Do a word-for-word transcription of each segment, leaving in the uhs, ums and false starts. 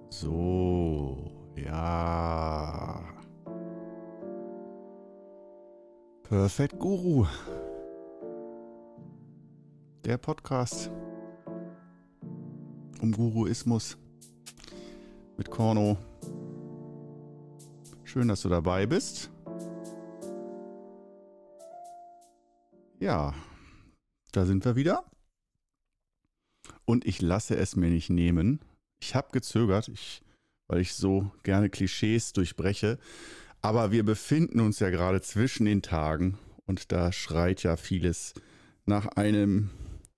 So, ja. Perfect Guru. Der Podcast um Guruismus mit Korno. Schön, dass du dabei bist. Ja, da sind wir wieder. Und ich lasse es mir nicht nehmen. Ich habe gezögert, ich, weil ich so gerne Klischees durchbreche. Aber wir befinden uns ja gerade zwischen den Tagen und da schreit ja vieles nach einem,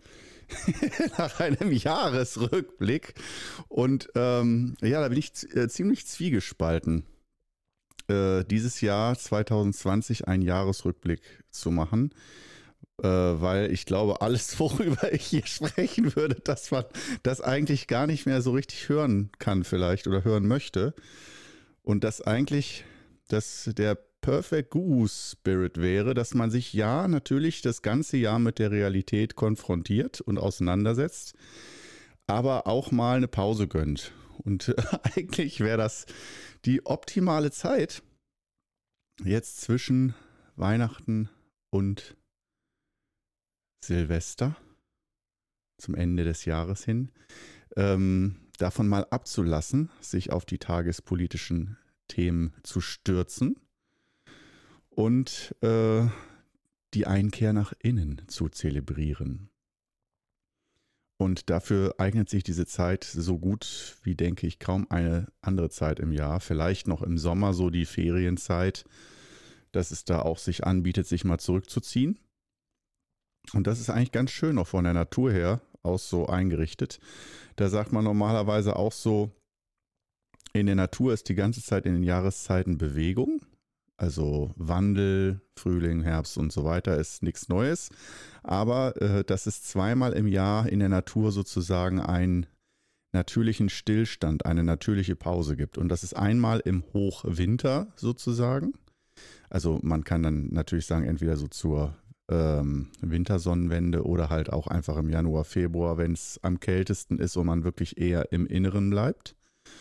nach einem Jahresrückblick. Und ähm, ja, da bin ich z- äh, ziemlich zwiegespalten, äh, dieses Jahr zwanzig zwanzig einen Jahresrückblick zu machen. Äh, weil ich glaube, alles, worüber ich hier sprechen würde, dass man das eigentlich gar nicht mehr so richtig hören kann vielleicht oder hören möchte. Und dass eigentlich dass der Perfect Guru Spirit wäre, dass man sich ja natürlich das ganze Jahr mit der Realität konfrontiert und auseinandersetzt, aber auch mal eine Pause gönnt. Und eigentlich wäre das die optimale Zeit jetzt zwischen Weihnachten und Silvester zum Ende des Jahres hin, ähm, davon mal abzulassen, sich auf die tagespolitischen Themen zu stürzen und äh, die Einkehr nach innen zu zelebrieren. Und dafür eignet sich diese Zeit so gut wie, denke ich, kaum eine andere Zeit im Jahr. Vielleicht noch im Sommer so die Ferienzeit, dass es da auch sich anbietet, sich mal zurückzuziehen. Und das ist eigentlich ganz schön auch von der Natur her aus so eingerichtet. Da sagt man normalerweise auch so, in der Natur ist die ganze Zeit in den Jahreszeiten Bewegung. Also Wandel, Frühling, Herbst und so weiter ist nichts Neues. Aber äh, dass es zweimal im Jahr in der Natur sozusagen einen natürlichen Stillstand, eine natürliche Pause gibt. Und das ist einmal im Hochwinter sozusagen. Also man kann dann natürlich sagen, entweder so zur ähm, Wintersonnenwende oder halt auch einfach im Januar, Februar, wenn es am kältesten ist und man wirklich eher im Inneren bleibt.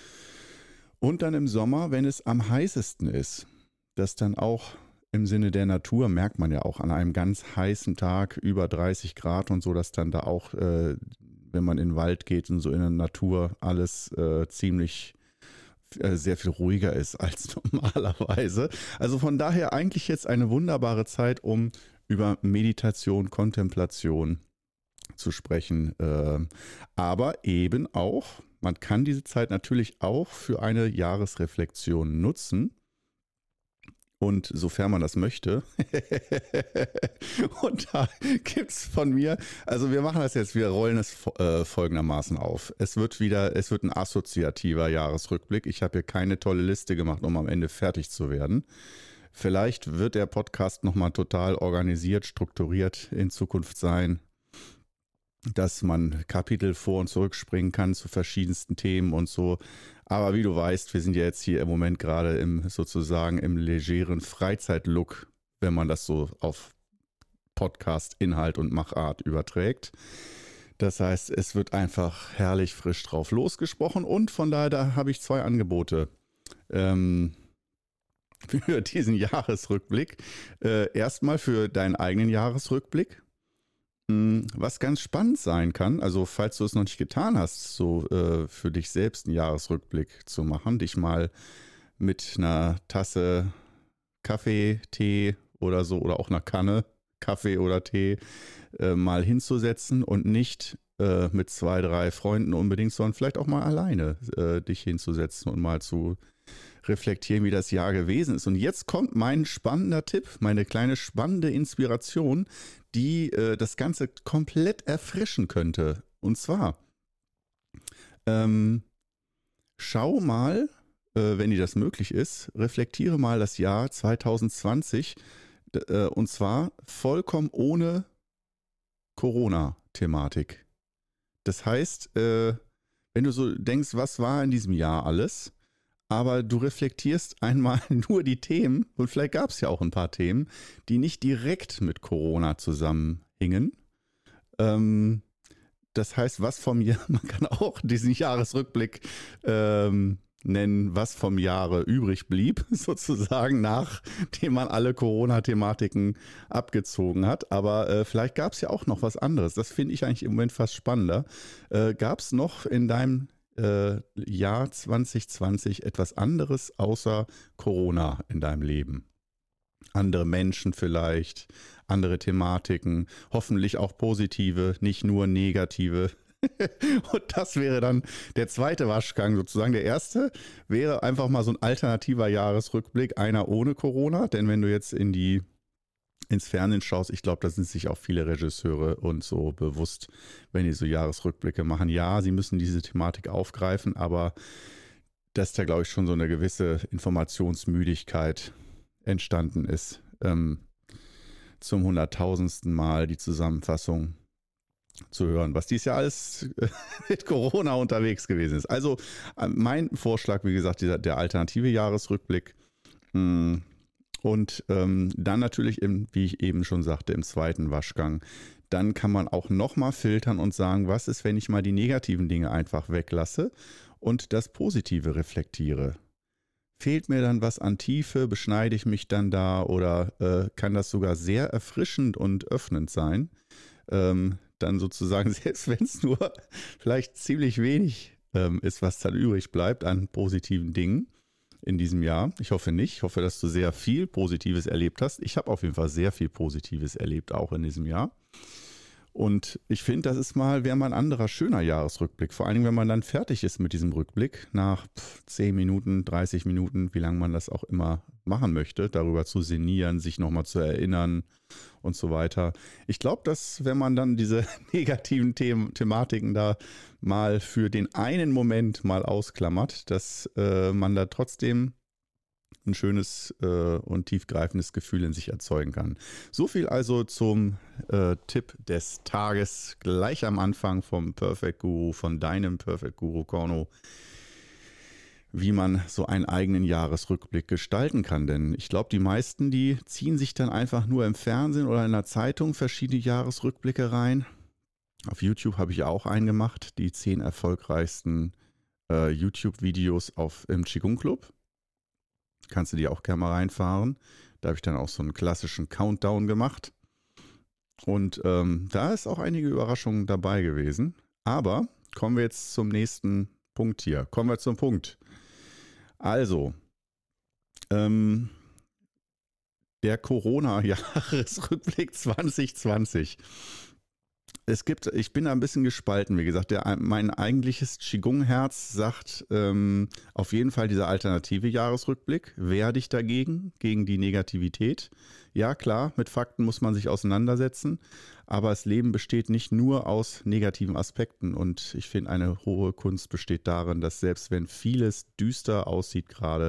Und dann im Sommer, wenn es am heißesten ist, das dann auch im Sinne der Natur, merkt man ja auch an einem ganz heißen Tag über dreißig Grad und so, dass dann da auch, äh, wenn man in den Wald geht und so in der Natur, alles äh, ziemlich äh, sehr viel ruhiger ist als normalerweise. Also von daher eigentlich jetzt eine wunderbare Zeit, um über Meditation, Kontemplation zu sprechen. Äh, aber eben auch, man kann diese Zeit natürlich auch für eine Jahresreflexion nutzen. Und sofern man das möchte. Und da gibt es von mir, also wir machen das jetzt, wir rollen es äh, folgendermaßen auf. Es wird wieder, es wird ein assoziativer Jahresrückblick. Ich habe hier keine tolle Liste gemacht, um am Ende fertig zu werden. Vielleicht wird der Podcast nochmal total organisiert, strukturiert in Zukunft sein, dass man Kapitel vor- und zurückspringen kann zu verschiedensten Themen und so. Aber wie du weißt, wir sind ja jetzt hier im Moment gerade im sozusagen im legeren Freizeitlook, wenn man das so auf Podcast-Inhalt und Machart überträgt. Das heißt, es wird einfach herrlich frisch drauf losgesprochen und von daher da habe ich zwei Angebote ähm, für diesen Jahresrückblick. Äh, erstmal für deinen eigenen Jahresrückblick. Was ganz spannend sein kann, also falls du es noch nicht getan hast, so äh, für dich selbst einen Jahresrückblick zu machen, dich mal mit einer Tasse Kaffee, Tee oder so oder auch einer Kanne Kaffee oder Tee äh, mal hinzusetzen und nicht äh, mit zwei, drei Freunden unbedingt, sondern vielleicht auch mal alleine äh, dich hinzusetzen und mal zu reflektieren, wie das Jahr gewesen ist. Und jetzt kommt mein spannender Tipp, meine kleine spannende Inspiration, die äh, das Ganze komplett erfrischen könnte. Und zwar, ähm, schau mal, äh, wenn dir das möglich ist, reflektiere mal das Jahr zwanzig zwanzig d- äh, und zwar vollkommen ohne Corona-Thematik. Das heißt, äh, wenn du so denkst, was war in diesem Jahr alles, aber du reflektierst einmal nur die Themen, und vielleicht gab es ja auch ein paar Themen, die nicht direkt mit Corona zusammenhingen, ähm, das heißt, was vom Jahr, man kann auch diesen Jahresrückblick ähm, nennen, was vom Jahre übrig blieb, sozusagen, nachdem man alle Corona-Thematiken abgezogen hat. Aber äh, vielleicht gab es ja auch noch was anderes. Das finde ich eigentlich im Moment fast spannender. Äh, gab es noch in deinem äh, Jahr zwanzig zwanzig etwas anderes außer Corona in deinem Leben? Andere Menschen vielleicht, andere Thematiken, hoffentlich auch positive, nicht nur negative. Und das wäre dann der zweite Waschgang sozusagen. Der erste wäre einfach mal so ein alternativer Jahresrückblick, einer ohne Corona. Denn wenn du jetzt in die, ins Fernsehen schaust, ich glaube, da sind sich auch viele Regisseure und so bewusst, wenn die so Jahresrückblicke machen. Ja, sie müssen diese Thematik aufgreifen, aber dass da, glaube ich, schon so eine gewisse Informationsmüdigkeit entstanden ist, ähm, zum hunderttausendsten Mal die Zusammenfassung zu hören, was dies Jahr alles mit Corona unterwegs gewesen ist. Also mein Vorschlag, wie gesagt, dieser, der alternative Jahresrückblick mh, und ähm, dann natürlich, im, wie ich eben schon sagte, im zweiten Waschgang, dann kann man auch nochmal filtern und sagen, was ist, wenn ich mal die negativen Dinge einfach weglasse und das Positive reflektiere. Fehlt mir dann was an Tiefe, beschneide ich mich dann da oder äh, kann das sogar sehr erfrischend und öffnend sein? Ähm, dann sozusagen, selbst wenn es nur vielleicht ziemlich wenig ähm, ist, was dann übrig bleibt an positiven Dingen in diesem Jahr. Ich hoffe nicht. Ich hoffe, dass du sehr viel Positives erlebt hast. Ich habe auf jeden Fall sehr viel Positives erlebt, auch in diesem Jahr. Und ich finde, das ist mal, wäre mal ein anderer, schöner Jahresrückblick. Vor allen Dingen, wenn man dann fertig ist mit diesem Rückblick, nach zehn Minuten, dreißig Minuten, wie lange man das auch immer machen möchte, darüber zu sinnieren, sich nochmal zu erinnern und so weiter. Ich glaube, dass wenn man dann diese negativen Themen, Thematiken da mal für den einen Moment mal ausklammert, dass äh, man da trotzdem ein schönes äh, und tiefgreifendes Gefühl in sich erzeugen kann. So viel also zum äh, Tipp des Tages, gleich am Anfang vom Perfect Guru, von deinem Perfect Guru Corno, wie man so einen eigenen Jahresrückblick gestalten kann. Denn ich glaube, die meisten, die ziehen sich dann einfach nur im Fernsehen oder in der Zeitung verschiedene Jahresrückblicke rein. Auf YouTube habe ich auch einen gemacht, die zehn erfolgreichsten äh, YouTube-Videos auf, im Qigong Club. Kannst du dir auch gerne mal reinfahren. Da habe ich dann auch so einen klassischen Countdown gemacht. Und ähm, da ist auch einige Überraschungen dabei gewesen. Aber kommen wir jetzt zum nächsten Punkt hier. Kommen wir zum Punkt. Also, ähm, der Corona-Jahresrückblick zwanzig zwanzig. Es gibt, ich bin da ein bisschen gespalten, wie gesagt, der, mein eigentliches Qigong-Herz sagt ähm, auf jeden Fall dieser alternative Jahresrückblick. Wehr dich dagegen, gegen die Negativität. Ja klar, mit Fakten muss man sich auseinandersetzen, aber das Leben besteht nicht nur aus negativen Aspekten und ich finde, eine hohe Kunst besteht darin, dass selbst wenn vieles düster aussieht gerade,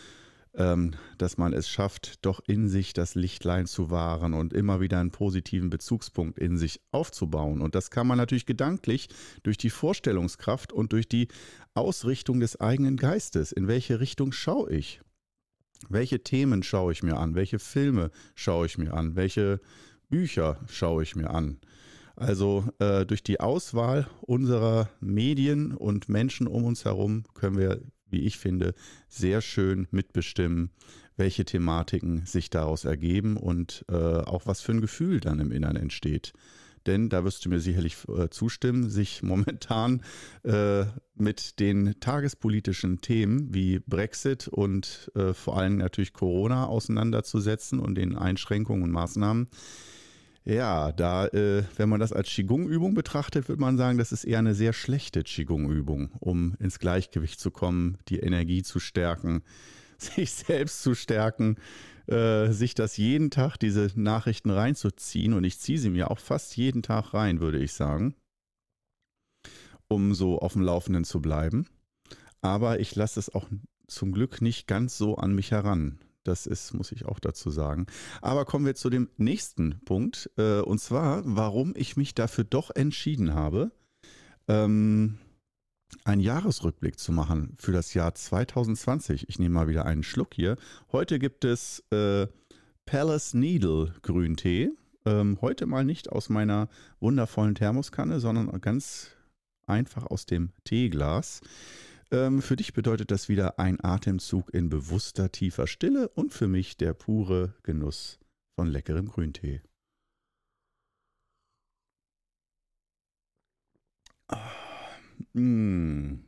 dass man es schafft, doch in sich das Lichtlein zu wahren und immer wieder einen positiven Bezugspunkt in sich aufzubauen. Und das kann man natürlich gedanklich durch die Vorstellungskraft und durch die Ausrichtung des eigenen Geistes. In welche Richtung schaue ich? Welche Themen schaue ich mir an? Welche Filme schaue ich mir an? Welche Bücher schaue ich mir an? Also äh, durch die Auswahl unserer Medien und Menschen um uns herum können wir, wie ich finde, sehr schön mitbestimmen, welche Thematiken sich daraus ergeben und äh, auch was für ein Gefühl dann im Inneren entsteht. Denn da wirst du mir sicherlich äh, zustimmen, sich momentan äh, mit den tagespolitischen Themen wie Brexit und äh, vor allem natürlich Corona auseinanderzusetzen und den Einschränkungen und Maßnahmen. Ja, da, äh, wenn man das als Qigong-Übung betrachtet, würde man sagen, das ist eher eine sehr schlechte Qigong-Übung, um ins Gleichgewicht zu kommen, die Energie zu stärken, sich selbst zu stärken, äh, sich das jeden Tag, diese Nachrichten reinzuziehen. Und ich ziehe sie mir auch fast jeden Tag rein, würde ich sagen, um so auf dem Laufenden zu bleiben. Aber ich lasse es auch zum Glück nicht ganz so an mich heran. Das ist, muss ich auch dazu sagen. Aber kommen wir zu dem nächsten Punkt. Äh, und zwar, warum ich mich dafür doch entschieden habe, ähm, einen Jahresrückblick zu machen für das Jahr zwanzig zwanzig. Ich nehme mal wieder einen Schluck hier. Heute gibt es äh, Palace Needle Grüntee. Ähm, heute mal nicht aus meiner wundervollen Thermoskanne, sondern ganz einfach aus dem Teeglas. Ähm, für dich bedeutet das wieder ein Atemzug in bewusster, tiefer Stille und für mich der pure Genuss von leckerem Grüntee. Ah, mm,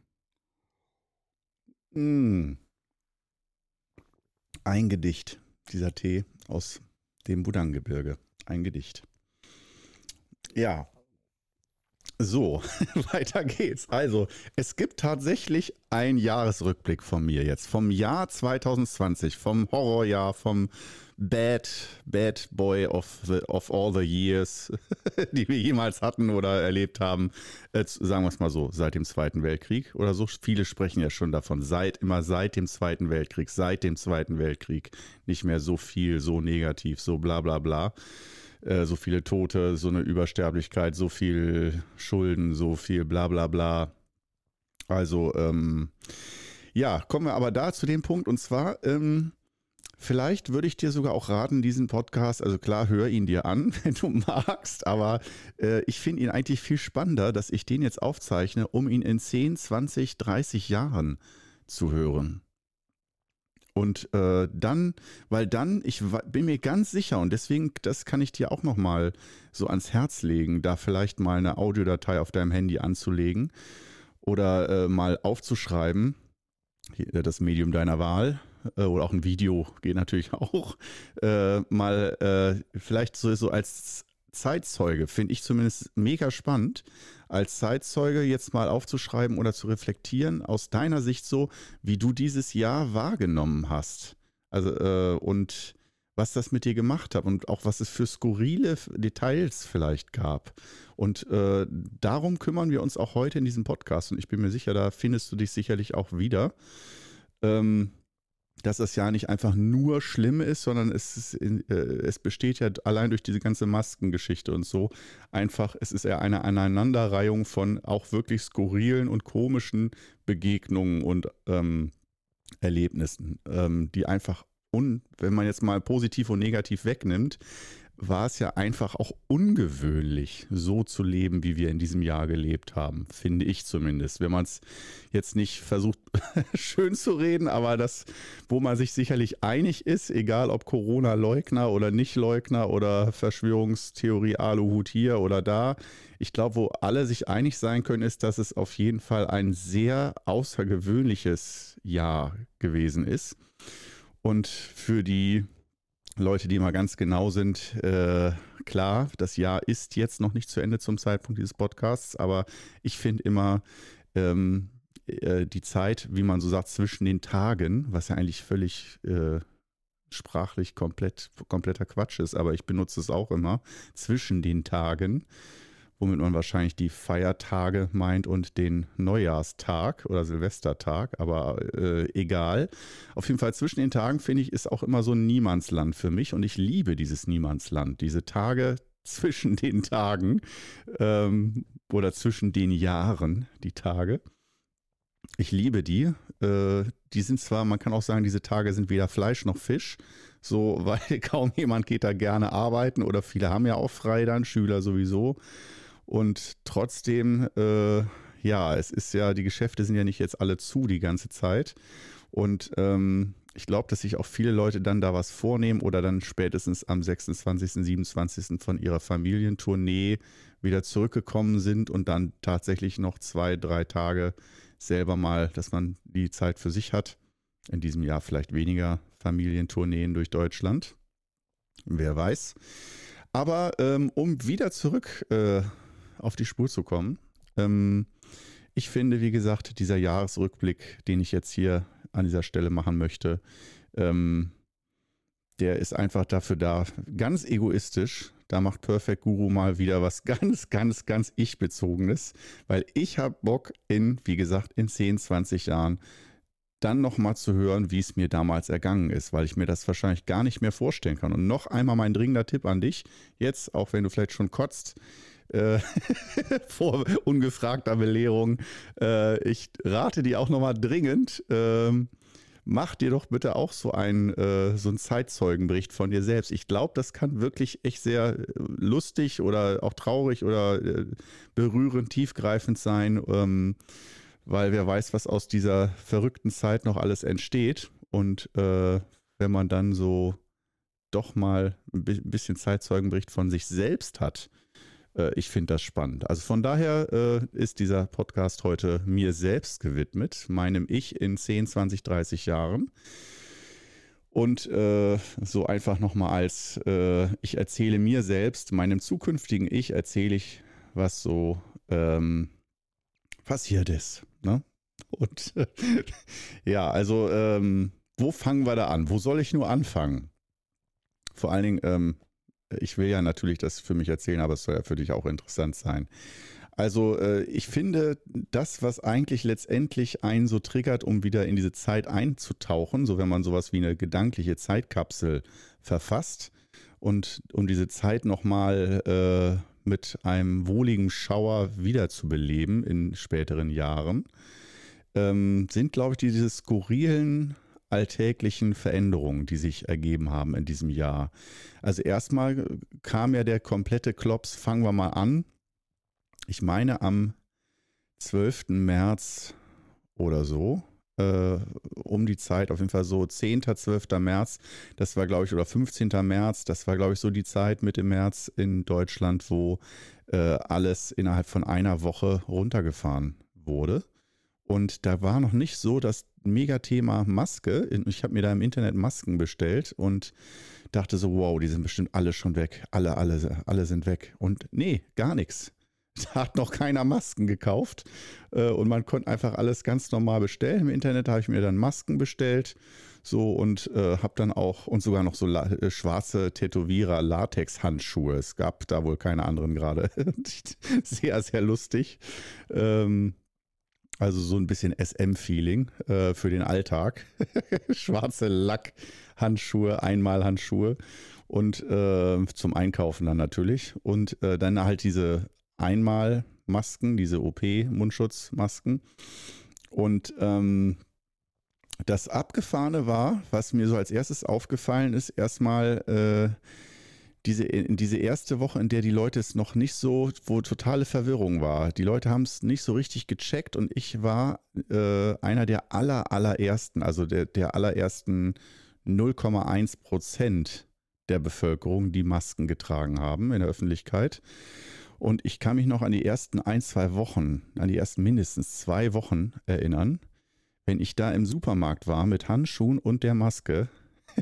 mm. Ein Gedicht, dieser Tee aus dem Wudang-Gebirge. Ein Gedicht. Ja, so, weiter geht's. Also, es gibt tatsächlich einen Jahresrückblick von mir jetzt, vom Jahr zwanzig zwanzig, vom Horrorjahr, vom Bad, Bad Boy of, the, of all the years, die wir jemals hatten oder erlebt haben. Äh, sagen wir es mal so, seit dem Zweiten Weltkrieg oder so. Viele sprechen ja schon davon, seit, immer seit dem Zweiten Weltkrieg, seit dem Zweiten Weltkrieg. Nicht mehr so viel, so negativ, so bla bla bla. So viele Tote, so eine Übersterblichkeit, so viel Schulden, so viel bla bla bla. Also, ähm, ja, kommen wir aber da zu dem Punkt und zwar, ähm, vielleicht würde ich dir sogar auch raten, diesen Podcast, also klar, hör ihn dir an, wenn du magst, aber äh, ich finde ihn eigentlich viel spannender, dass ich den jetzt aufzeichne, um ihn in zehn, zwanzig, dreißig Jahren zu hören. Und äh, dann, weil dann, ich bin mir ganz sicher und deswegen, das kann ich dir auch nochmal so ans Herz legen, da vielleicht mal eine Audiodatei auf deinem Handy anzulegen oder äh, mal aufzuschreiben, hier, das Medium deiner Wahl äh, oder auch ein Video geht natürlich auch, äh, mal äh, vielleicht so, so als Zeitzeuge, finde ich zumindest mega spannend, als Zeitzeuge jetzt mal aufzuschreiben oder zu reflektieren, aus deiner Sicht so, wie du dieses Jahr wahrgenommen hast. Also, äh, und was das mit dir gemacht hat und auch was es für skurrile Details vielleicht gab. Und äh, darum kümmern wir uns auch heute in diesem Podcast. Und ich bin mir sicher, da findest du dich sicherlich auch wieder. Ähm, dass das ja nicht einfach nur schlimm ist, sondern es, ist in, äh, es besteht ja allein durch diese ganze Maskengeschichte und so einfach, es ist eher eine Aneinanderreihung von auch wirklich skurrilen und komischen Begegnungen und ähm, Erlebnissen, ähm, die einfach, un, wenn man jetzt mal positiv und negativ wegnimmt, war es ja einfach auch ungewöhnlich, so zu leben, wie wir in diesem Jahr gelebt haben, finde ich zumindest. Wenn man es jetzt nicht versucht, schön zu reden, aber das, wo man sich sicherlich einig ist, egal ob Corona-Leugner oder Nicht-Leugner oder Verschwörungstheorie Aluhut hier oder da, ich glaube, wo alle sich einig sein können, ist, dass es auf jeden Fall ein sehr außergewöhnliches Jahr gewesen ist. Und für die Leute, die mal ganz genau sind, äh, klar, das Jahr ist jetzt noch nicht zu Ende zum Zeitpunkt dieses Podcasts, aber ich finde immer ähm, äh, die Zeit, wie man so sagt, zwischen den Tagen, was ja eigentlich völlig äh, sprachlich komplett, kompletter Quatsch ist, aber ich benutze es auch immer, zwischen den Tagen, womit man wahrscheinlich die Feiertage meint und den Neujahrstag oder Silvestertag, aber äh, egal. Auf jeden Fall zwischen den Tagen, finde ich, ist auch immer so ein Niemandsland für mich und ich liebe dieses Niemandsland, diese Tage zwischen den Tagen ähm, oder zwischen den Jahren, die Tage. Ich liebe die. Äh, die sind zwar, man kann auch sagen, diese Tage sind weder Fleisch noch Fisch, so, weil kaum jemand geht da gerne arbeiten oder viele haben ja auch frei dann, Schüler sowieso. Und trotzdem, äh, ja, es ist ja, die Geschäfte sind ja nicht jetzt alle zu die ganze Zeit. Und ähm, ich glaube, dass sich auch viele Leute dann da was vornehmen oder dann spätestens am sechsundzwanzigsten, siebenundzwanzigsten von ihrer Familientournee wieder zurückgekommen sind und dann tatsächlich noch zwei, drei Tage selber mal, dass man die Zeit für sich hat. In diesem Jahr vielleicht weniger Familientourneen durch Deutschland. Wer weiß. Aber ähm, um wieder zurück äh, auf die Spur zu kommen, ähm, ich finde, wie gesagt, dieser Jahresrückblick, den ich jetzt hier an dieser Stelle machen möchte, ähm, der ist einfach dafür da, ganz egoistisch. Da macht Perfect Guru mal wieder was ganz, ganz, ganz ich-bezogenes, weil ich habe Bock in, wie gesagt, in zehn, zwanzig Jahren dann nochmal zu hören, wie es mir damals ergangen ist, weil ich mir das wahrscheinlich gar nicht mehr vorstellen kann. Und noch einmal mein dringender Tipp an dich, jetzt, auch wenn du vielleicht schon kotzt, äh, vor ungefragter Belehrung, äh, ich rate dir auch nochmal dringend, ähm, mach dir doch bitte auch so einen, äh, so einen Zeitzeugenbericht von dir selbst. Ich glaube, das kann wirklich echt sehr äh, lustig oder auch traurig oder äh, berührend, tiefgreifend sein, ähm, weil wer weiß, was aus dieser verrückten Zeit noch alles entsteht. Und äh, wenn man dann so doch mal ein bisschen Zeitzeugenbericht von sich selbst hat, äh, ich finde das spannend. Also von daher äh, ist dieser Podcast heute mir selbst gewidmet, meinem Ich in zehn, zwanzig, dreißig Jahren. Und äh, so einfach nochmal als, äh, ich erzähle mir selbst, meinem zukünftigen Ich erzähle ich, was so ähm, passiert ist. Ne? Und äh, ja, also ähm, wo fangen wir da an? Wo soll ich nur anfangen? Vor allen Dingen, ähm, ich will ja natürlich das für mich erzählen, aber es soll ja für dich auch interessant sein. Also äh, ich finde, das, was eigentlich letztendlich einen so triggert, um wieder in diese Zeit einzutauchen, so wenn man sowas wie eine gedankliche Zeitkapsel verfasst und um diese Zeit nochmal äh, mit einem wohligen Schauer wiederzubeleben in späteren Jahren, ähm, sind, glaube ich, diese skurrilen alltäglichen Veränderungen, die sich ergeben haben in diesem Jahr. Also erstmal kam ja der komplette Klops, fangen wir mal an. Ich meine am zwölften März oder so, äh, um die Zeit, auf jeden Fall so zehnten, zwölften März, das war glaube ich, oder fünfzehnten März, das war glaube ich so die Zeit Mitte März in Deutschland, wo äh, alles innerhalb von einer Woche runtergefahren wurde. Und da war noch nicht so das Megathema Maske. Ich habe mir da im Internet Masken bestellt und dachte so, wow, die sind bestimmt alle schon weg. Alle, alle, alle sind weg. Und nee, gar nichts. Da hat noch keiner Masken gekauft. Und man konnte einfach alles ganz normal bestellen. Im Internet habe ich mir dann Masken bestellt. So und äh, habe dann auch, und sogar noch so la- schwarze Tätowierer-Latex-Handschuhe. Es gab da wohl keine anderen gerade. Sehr, sehr lustig. Ähm, Also so ein bisschen S M-Feeling äh, für den Alltag. Schwarze Lackhandschuhe, Einmalhandschuhe und äh, zum Einkaufen dann natürlich. Und äh, dann halt diese Einmalmasken, diese O P-Mundschutzmasken. Und ähm, das Abgefahrene war, was mir so als erstes aufgefallen ist, erstmal äh, diese, in diese erste Woche, in der die Leute es noch nicht so, wo totale Verwirrung war. Die Leute haben es nicht so richtig gecheckt und ich war äh, einer der aller, allerersten, also der, der allerersten null Komma eins Prozent der Bevölkerung, die Masken getragen haben in der Öffentlichkeit. Und ich kann mich noch an die ersten ein, zwei Wochen, an die ersten mindestens zwei Wochen erinnern, wenn ich da im Supermarkt war mit Handschuhen und der Maske.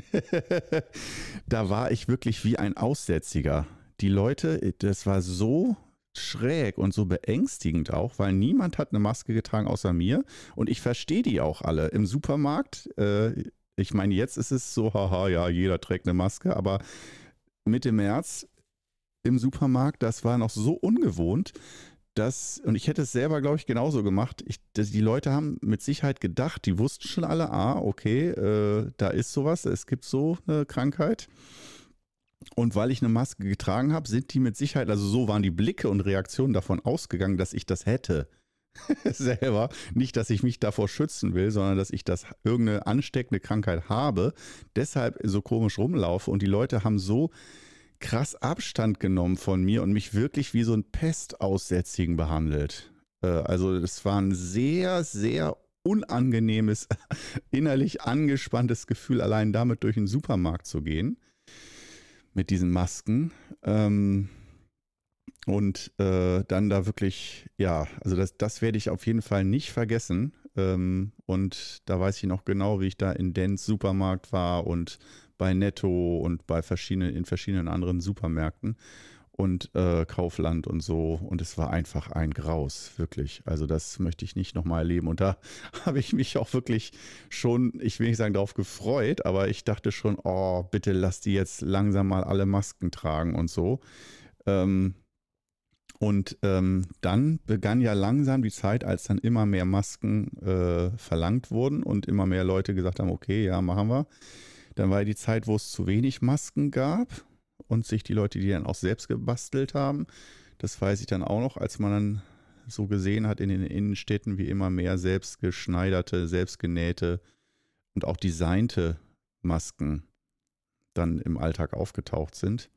Da war ich wirklich wie ein Aussätziger. Die Leute, das war so schräg und so beängstigend auch, weil niemand hat eine Maske getragen außer mir. Und ich verstehe die auch alle. Im Supermarkt, äh, ich meine, jetzt ist es so, haha, ja, jeder trägt eine Maske, aber Mitte März im Supermarkt, das war noch so ungewohnt, dass, und ich hätte es selber, glaube ich, genauso gemacht. Ich, das, die Leute haben mit Sicherheit gedacht, die wussten schon alle, ah, okay, äh, da ist sowas, es gibt so eine Krankheit. Und weil ich eine Maske getragen habe, sind die mit Sicherheit, also so waren die Blicke und Reaktionen davon ausgegangen, dass ich das hätte. Selber. Nicht, dass ich mich davor schützen will, sondern dass ich das irgendeine ansteckende Krankheit habe, deshalb so komisch rumlaufe. Und die Leute haben so krass Abstand genommen von mir und mich wirklich wie so ein Pestaussätzigen behandelt. Äh, also es war ein sehr, sehr unangenehmes, innerlich angespanntes Gefühl, allein damit durch den Supermarkt zu gehen mit diesen Masken. Ähm, und äh, dann da wirklich, ja, also das, das werde ich auf jeden Fall nicht vergessen. Ähm, und da weiß ich noch genau, wie ich da in Dents Supermarkt war und bei Netto und bei verschiedenen, in verschiedenen anderen Supermärkten und äh, Kaufland und so. Und es war einfach ein Graus, wirklich. Also das möchte ich nicht nochmal erleben. Und da habe ich mich auch wirklich schon, ich will nicht sagen darauf gefreut, aber ich dachte schon, oh, bitte lass die jetzt langsam mal alle Masken tragen und so. Ähm, und ähm, dann begann ja langsam die Zeit, als dann immer mehr Masken äh, verlangt wurden und immer mehr Leute gesagt haben, okay, ja, machen wir. Dann war ja die Zeit, wo es zu wenig Masken gab und sich die Leute, die dann auch selbst gebastelt haben, das weiß ich dann auch noch, als man dann so gesehen hat in den Innenstädten, wie immer mehr selbstgeschneiderte, selbstgenähte und auch designte Masken dann im Alltag aufgetaucht sind.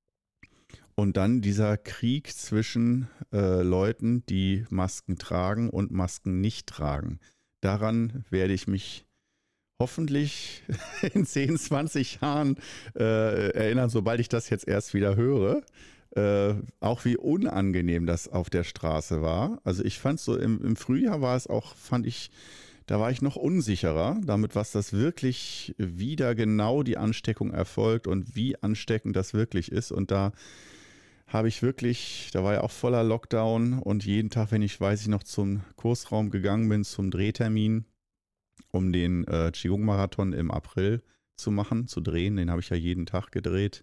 Und dann dieser Krieg zwischen äh, Leuten, die Masken tragen und Masken nicht tragen. Daran werde ich mich hoffentlich in zehn, zwanzig Jahren äh, erinnern, sobald ich das jetzt erst wieder höre. Äh, auch wie unangenehm das auf der Straße war. Also ich fand so im, im Frühjahr war es auch, fand ich, da war ich noch unsicherer damit, was das wirklich, wie da genau die Ansteckung erfolgt und wie ansteckend das wirklich ist. Und da habe ich wirklich, da war ja auch voller Lockdown und jeden Tag, wenn ich, weiß ich noch, zum Kursraum gegangen bin, zum Drehtermin, um den äh, Qigong-Marathon im April zu machen, zu drehen, den habe ich ja jeden Tag gedreht.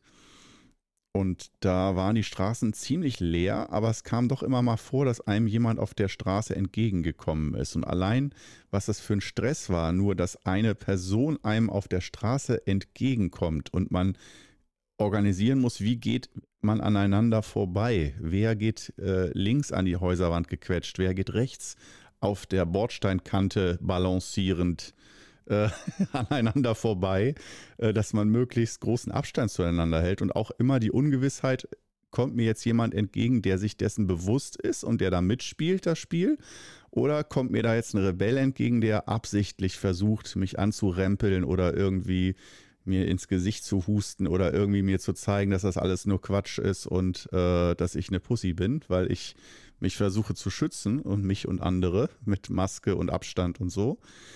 Und da waren die Straßen ziemlich leer, aber es kam doch immer mal vor, dass einem jemand auf der Straße entgegengekommen ist. Und allein, was das für ein Stress war, nur dass eine Person einem auf der Straße entgegenkommt und man organisieren muss, wie geht man aneinander vorbei? Wer geht äh, links an die Häuserwand gequetscht? Wer geht rechts auf der Bordsteinkante balancierend äh, aneinander vorbei, äh, dass man möglichst großen Abstand zueinander hält und auch immer die Ungewissheit, kommt mir jetzt jemand entgegen, der sich dessen bewusst ist und der da mitspielt, das Spiel? Oder kommt mir da jetzt ein Rebell entgegen, der absichtlich versucht, mich anzurempeln oder irgendwie mir ins Gesicht zu husten oder irgendwie mir zu zeigen, dass das alles nur Quatsch ist und äh, dass ich eine Pussy bin, weil ich mich versuche zu schützen und mich und andere mit Maske und Abstand und so.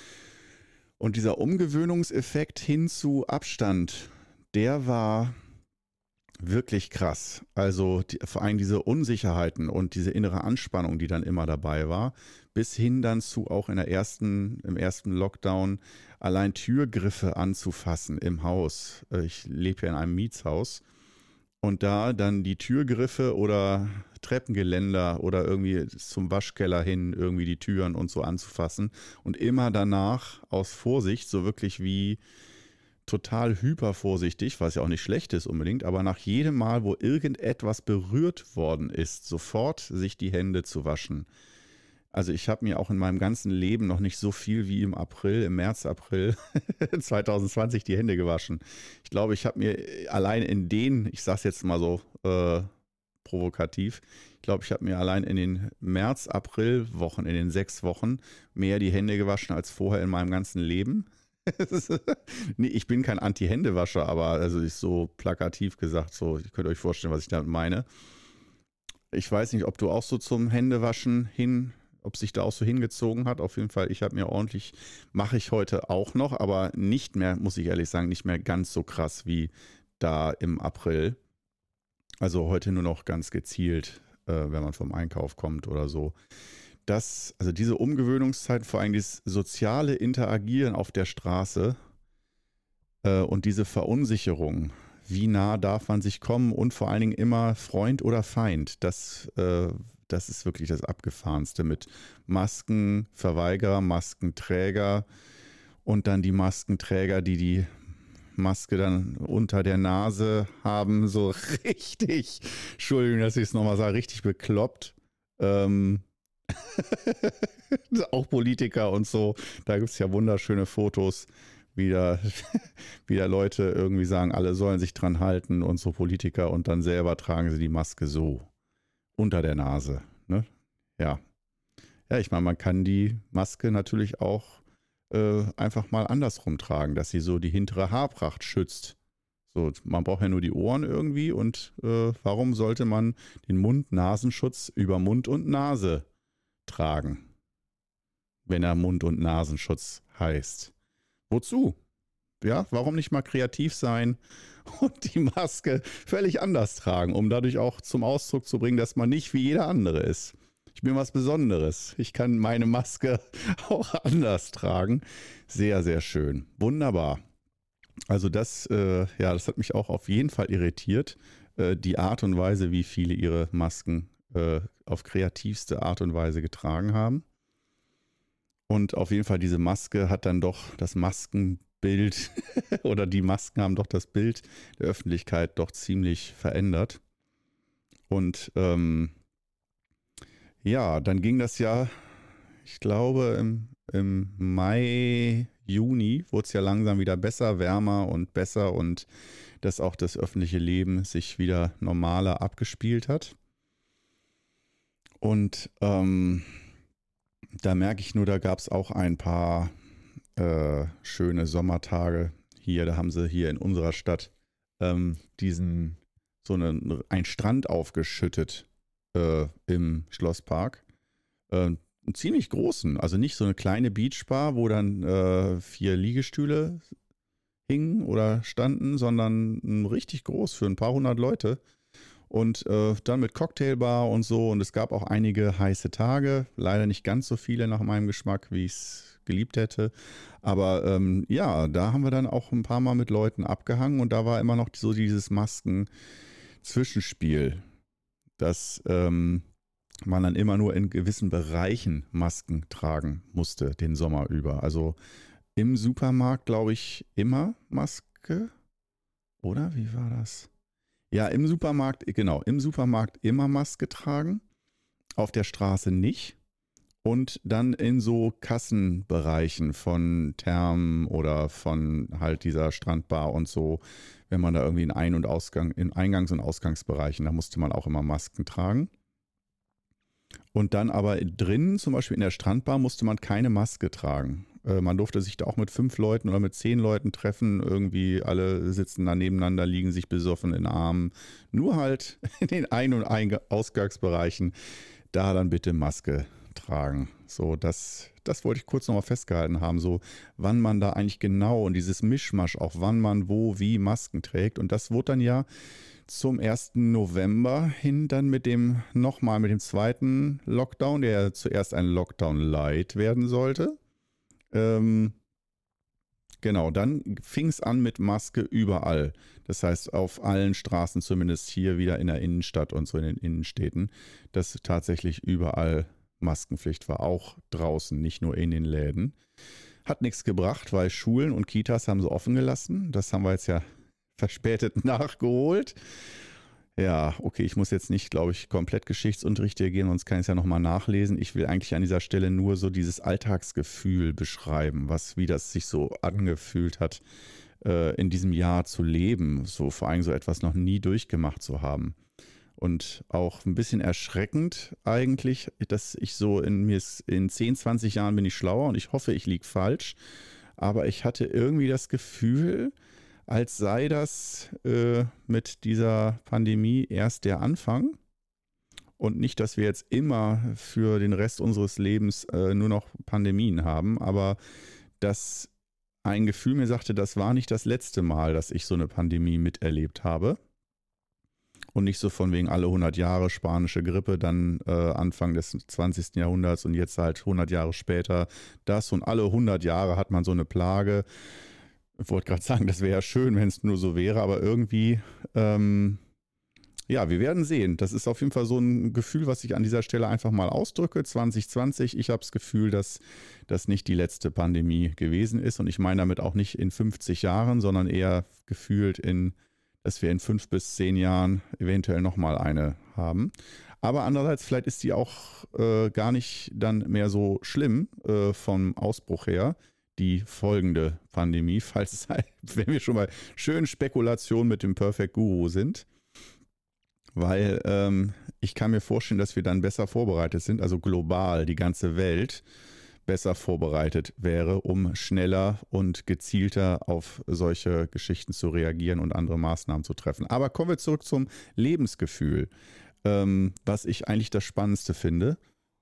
Und dieser Umgewöhnungseffekt hin zu Abstand, der war wirklich krass. Also die, vor allem diese Unsicherheiten und diese innere Anspannung, die dann immer dabei war, bis hin dann zu auch in der ersten, im ersten Lockdown allein Türgriffe anzufassen im Haus. Ich lebe ja in einem Mietshaus und da dann die Türgriffe oder Treppengeländer oder irgendwie zum Waschkeller hin irgendwie die Türen und so anzufassen und immer danach aus Vorsicht, so wirklich wie total hypervorsichtig, was ja auch nicht schlecht ist unbedingt, aber nach jedem Mal, wo irgendetwas berührt worden ist, sofort sich die Hände zu waschen. Also ich habe mir auch in meinem ganzen Leben noch nicht so viel wie im April, im März, April zwanzig zwanzig die Hände gewaschen. Ich glaube, ich habe mir allein in den, ich sage es jetzt mal so äh, provokativ, ich glaube, ich habe mir allein in den März, April Wochen, in den sechs Wochen mehr die Hände gewaschen als vorher in meinem ganzen Leben. Nee, ich bin kein Anti-Händewascher, aber also ist so plakativ gesagt, so, ihr könnt euch vorstellen, was ich damit meine. Ich weiß nicht, ob du auch so zum Händewaschen hin, ob sich da auch so hingezogen hat. Auf jeden Fall, ich habe mir ordentlich, mache ich heute auch noch, aber nicht mehr, muss ich ehrlich sagen, nicht mehr ganz so krass wie da im April. Also heute nur noch ganz gezielt, äh, wenn man vom Einkauf kommt oder so. Das, also diese Umgewöhnungszeit, vor allem das soziale Interagieren auf der Straße äh, und diese Verunsicherung, wie nah darf man sich kommen und vor allen Dingen immer Freund oder Feind, das, äh, das ist wirklich das Abgefahrenste mit Maskenverweigerer, Maskenträger und dann die Maskenträger, die die Maske dann unter der Nase haben, so richtig, Entschuldigung, dass ich es nochmal sage, richtig bekloppt. Ähm, auch Politiker und so. Da gibt es ja wunderschöne Fotos, wie da, wie da Leute irgendwie sagen, alle sollen sich dran halten und so Politiker und dann selber tragen sie die Maske so unter der Nase. Ne? Ja. Ja, ich meine, man kann die Maske natürlich auch äh, einfach mal andersrum tragen, dass sie so die hintere Haarpracht schützt. So, man braucht ja nur die Ohren irgendwie und äh, warum sollte man den Mund-Nasenschutz über Mund und Nase tragen, wenn er Mund- und Nasenschutz heißt? Wozu? Ja, warum nicht mal kreativ sein und die Maske völlig anders tragen, um dadurch auch zum Ausdruck zu bringen, dass man nicht wie jeder andere ist. Ich bin was Besonderes. Ich kann meine Maske auch anders tragen. Sehr, sehr schön. Wunderbar. Also das, äh, ja, das hat mich auch auf jeden Fall irritiert. Äh, die Art und Weise, wie viele ihre Masken äh, auf kreativste Art und Weise getragen haben. Und auf jeden Fall diese Maske hat dann doch das Maskenbild oder die Masken haben doch das Bild der Öffentlichkeit doch ziemlich verändert. Und ähm, ja, dann ging das ja, ich glaube, im, im Mai, Juni wurde es ja langsam wieder besser, wärmer und besser und dass auch das öffentliche Leben sich wieder normaler abgespielt hat. Und ähm, da merke ich nur, da gab es auch ein paar äh, schöne Sommertage hier. Da haben sie hier in unserer Stadt ähm, diesen, so einen, einen Strand aufgeschüttet äh, im Schlosspark. Äh, einen ziemlich großen, also nicht so eine kleine Beachbar, wo dann äh, vier Liegestühle hingen oder standen, sondern ein richtig groß für ein paar hundert Leute. Und äh, dann mit Cocktailbar und so. Und es gab auch einige heiße Tage. Leider nicht ganz so viele nach meinem Geschmack, wie ich es geliebt hätte. Aber ähm, ja, da haben wir dann auch ein paar Mal mit Leuten abgehangen. Und da war immer noch so dieses Masken-Zwischenspiel, dass ähm, man dann immer nur in gewissen Bereichen Masken tragen musste, den Sommer über. Also im Supermarkt, glaube ich, immer Maske. Oder wie war das? Ja, im Supermarkt, genau, im Supermarkt immer Maske tragen, auf der Straße nicht. Und dann in so Kassenbereichen von Thermen oder von halt dieser Strandbar und so, wenn man da irgendwie in Ein- und Ausgang, in Eingangs- und Ausgangsbereichen, da musste man auch immer Masken tragen. Und dann aber drinnen, zum Beispiel in der Strandbar, musste man keine Maske tragen. Äh, man durfte sich da auch mit fünf Leuten oder mit zehn Leuten treffen. Irgendwie alle sitzen da nebeneinander, liegen sich besoffen in den Armen. Nur halt in den Ein- und Ein- Ausgangsbereichen da dann bitte Maske tragen. So, das, das wollte ich kurz nochmal festgehalten haben. So, wann man da eigentlich genau und dieses Mischmasch, auch wann man wo, wie Masken trägt. Und das wurde dann ja zum ersten November hin dann mit dem nochmal mit dem zweiten Lockdown, der ja zuerst ein Lockdown Light werden sollte. Ähm, genau, dann fing es an mit Maske überall. Das heißt, auf allen Straßen, zumindest hier wieder in der Innenstadt und so in den Innenstädten, dass tatsächlich überall Maskenpflicht war, auch draußen, nicht nur in den Läden. Hat nichts gebracht, weil Schulen und Kitas haben sie offen gelassen. Das haben wir jetzt ja verspätet nachgeholt. Ja, okay, ich muss jetzt nicht, glaube ich, komplett Geschichtsunterricht hier gehen, sonst kann ich es ja nochmal nachlesen. Ich will eigentlich an dieser Stelle nur so dieses Alltagsgefühl beschreiben, was, wie das sich so angefühlt hat, äh, in diesem Jahr zu leben, so vor allem so etwas noch nie durchgemacht zu haben. Und auch ein bisschen erschreckend eigentlich, dass ich so in mir in zehn, zwanzig Jahren bin ich schlauer und ich hoffe, ich liege falsch. Aber ich hatte irgendwie das Gefühl, als sei das äh, mit dieser Pandemie erst der Anfang und nicht, dass wir jetzt immer für den Rest unseres Lebens äh, nur noch Pandemien haben, aber dass ein Gefühl mir sagte, das war nicht das letzte Mal, dass ich so eine Pandemie miterlebt habe. Und nicht so von wegen alle hundert Jahre spanische Grippe, dann äh, Anfang des zwanzigsten Jahrhunderts und jetzt halt hundert Jahre später das. Und alle hundert Jahre hat man so eine Plage. Ich wollte gerade sagen, das wäre ja schön, wenn es nur so wäre, aber irgendwie, ähm, ja, wir werden sehen. Das ist auf jeden Fall so ein Gefühl, was ich an dieser Stelle einfach mal ausdrücke. zwanzig zwanzig, ich habe das Gefühl, dass das nicht die letzte Pandemie gewesen ist. Und ich meine damit auch nicht in fünfzig Jahren, sondern eher gefühlt in, dass wir in fünf bis zehn Jahren eventuell nochmal eine haben. Aber andererseits, vielleicht ist die auch äh, gar nicht dann mehr so schlimm äh, vom Ausbruch her, die folgende Pandemie, falls es halt, wenn wir schon mal schön Spekulationen mit dem Perfect Guru sind, weil ähm, ich kann mir vorstellen, dass wir dann besser vorbereitet sind, also global die ganze Welt besser vorbereitet wäre, um schneller und gezielter auf solche Geschichten zu reagieren und andere Maßnahmen zu treffen. Aber kommen wir zurück zum Lebensgefühl, ähm, was ich eigentlich das Spannendste finde.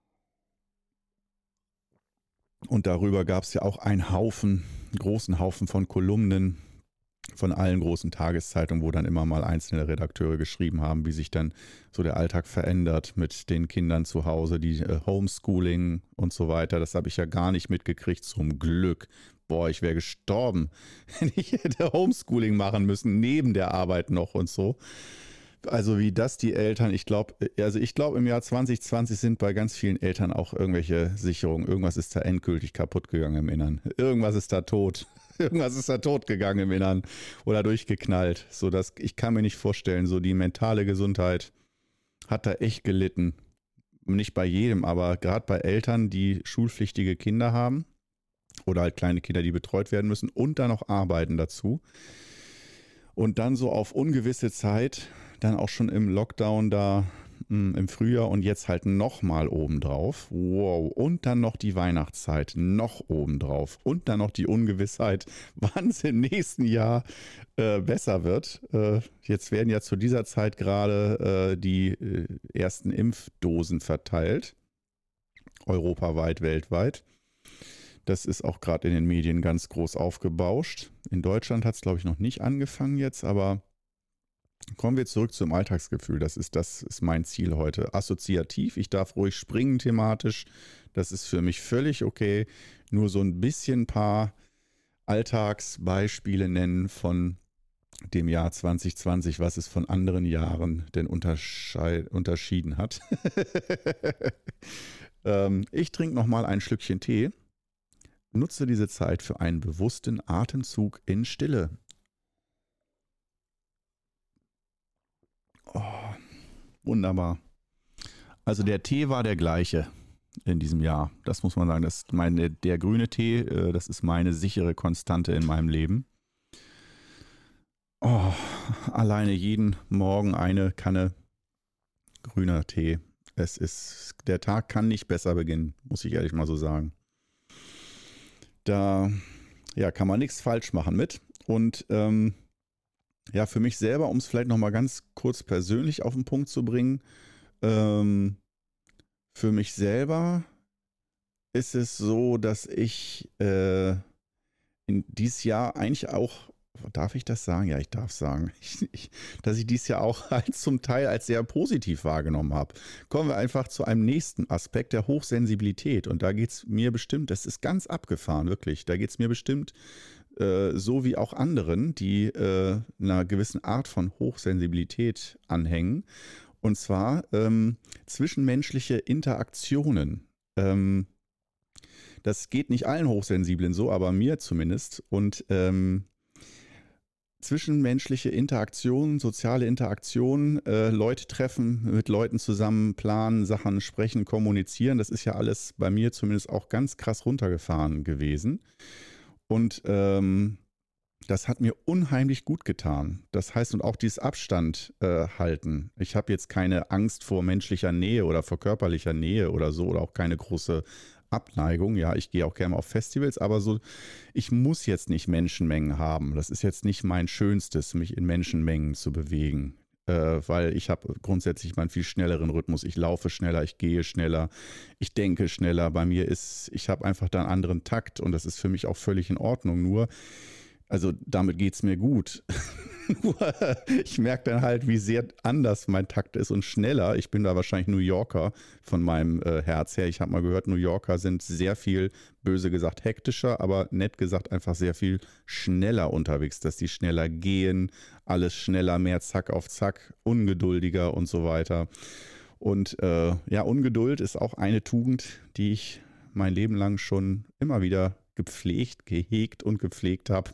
Und darüber gab es ja auch einen Haufen, einen großen Haufen von Kolumnen von allen großen Tageszeitungen, wo dann immer mal einzelne Redakteure geschrieben haben, wie sich dann so der Alltag verändert mit den Kindern zu Hause, die äh, Homeschooling und so weiter. Das habe ich ja gar nicht mitgekriegt, zum Glück. Boah, ich wäre gestorben, wenn ich hätte Homeschooling machen müssen, neben der Arbeit noch und so. Also wie das die Eltern, ich glaube, also ich glaube im Jahr zwanzig zwanzig sind bei ganz vielen Eltern auch irgendwelche Sicherungen. Irgendwas ist da endgültig kaputt gegangen im Innern. Irgendwas ist da tot. Irgendwas ist da tot gegangen im Innern oder durchgeknallt. So dass ich kann mir nicht vorstellen, so die mentale Gesundheit hat da echt gelitten. Nicht bei jedem, aber gerade bei Eltern, die schulpflichtige Kinder haben oder halt kleine Kinder, die betreut werden müssen und dann noch arbeiten dazu. Und dann so auf ungewisse Zeit, dann auch schon im Lockdown da mh, im Frühjahr und jetzt halt nochmal obendrauf. Wow. Und dann noch die Weihnachtszeit noch obendrauf. Und dann noch die Ungewissheit, wann es im nächsten Jahr äh, besser wird. Äh, jetzt werden ja zu dieser Zeit gerade äh, die äh, ersten Impfdosen verteilt. Europaweit, weltweit. Das ist auch gerade in den Medien ganz groß aufgebauscht. In Deutschland hat es, glaube ich, noch nicht angefangen jetzt, aber kommen wir zurück zum Alltagsgefühl. Das ist, das ist mein Ziel heute. Assoziativ, ich darf ruhig springen thematisch. Das ist für mich völlig okay. Nur so ein bisschen ein paar Alltagsbeispiele nennen von dem Jahr zwanzig zwanzig, was es von anderen Jahren denn unterschei- unterschieden hat. ähm, ich trinke nochmal ein Schlückchen Tee. Nutze diese Zeit für einen bewussten Atemzug in Stille. Oh, wunderbar. Also der Tee war der gleiche in diesem Jahr. Das muss man sagen. Das meine, der grüne Tee, das ist meine sichere Konstante in meinem Leben. Oh, alleine jeden Morgen eine Kanne grüner Tee. Es ist, der Tag kann nicht besser beginnen, muss ich ehrlich mal so sagen. Da ja, kann man nichts falsch machen mit. Und ähm, ja, für mich selber, um es vielleicht nochmal ganz kurz persönlich auf den Punkt zu bringen, ähm, für mich selber ist es so, dass ich äh, in dieses Jahr eigentlich auch, darf ich das sagen? Ja, ich darf sagen, ich, ich, dass ich dieses Jahr auch halt zum Teil als sehr positiv wahrgenommen habe. Kommen wir einfach zu einem nächsten Aspekt der Hochsensibilität. Und da geht es mir bestimmt, das ist ganz abgefahren, wirklich. Da geht es mir bestimmt äh, so wie auch anderen, die äh, einer gewissen Art von Hochsensibilität anhängen. Und zwar ähm, zwischenmenschliche Interaktionen. Ähm, das geht nicht allen Hochsensiblen so, aber mir zumindest. Und ähm, zwischenmenschliche Interaktionen, soziale Interaktionen, äh, Leute treffen, mit Leuten zusammen planen, Sachen sprechen, kommunizieren. Das ist ja alles bei mir zumindest auch ganz krass runtergefahren gewesen. Und ähm, das hat mir unheimlich gut getan. Das heißt, und auch dieses Abstand äh, halten. Ich habe jetzt keine Angst vor menschlicher Nähe oder vor körperlicher Nähe oder so oder auch keine große Abneigung. Ja, ich gehe auch gerne auf Festivals, aber so, ich muss jetzt nicht Menschenmengen haben. Das ist jetzt nicht mein Schönstes, mich in Menschenmengen zu bewegen, äh, weil ich habe grundsätzlich mal einen viel schnelleren Rhythmus. Ich laufe schneller, ich gehe schneller, ich denke schneller. Bei mir ist, ich habe einfach da einen anderen Takt und das ist für mich auch völlig in Ordnung. Nur, also damit geht es mir gut. Ich merke dann halt, wie sehr anders mein Takt ist und schneller. Ich bin da wahrscheinlich New Yorker von meinem äh, Herz her. Ich habe mal gehört, New Yorker sind sehr viel, böse gesagt, hektischer, aber nett gesagt einfach sehr viel schneller unterwegs, dass die schneller gehen, alles schneller, mehr Zack auf Zack, ungeduldiger und so weiter. Und äh, ja, Ungeduld ist auch eine Tugend, die ich mein Leben lang schon immer wieder gepflegt, gehegt und gepflegt habe.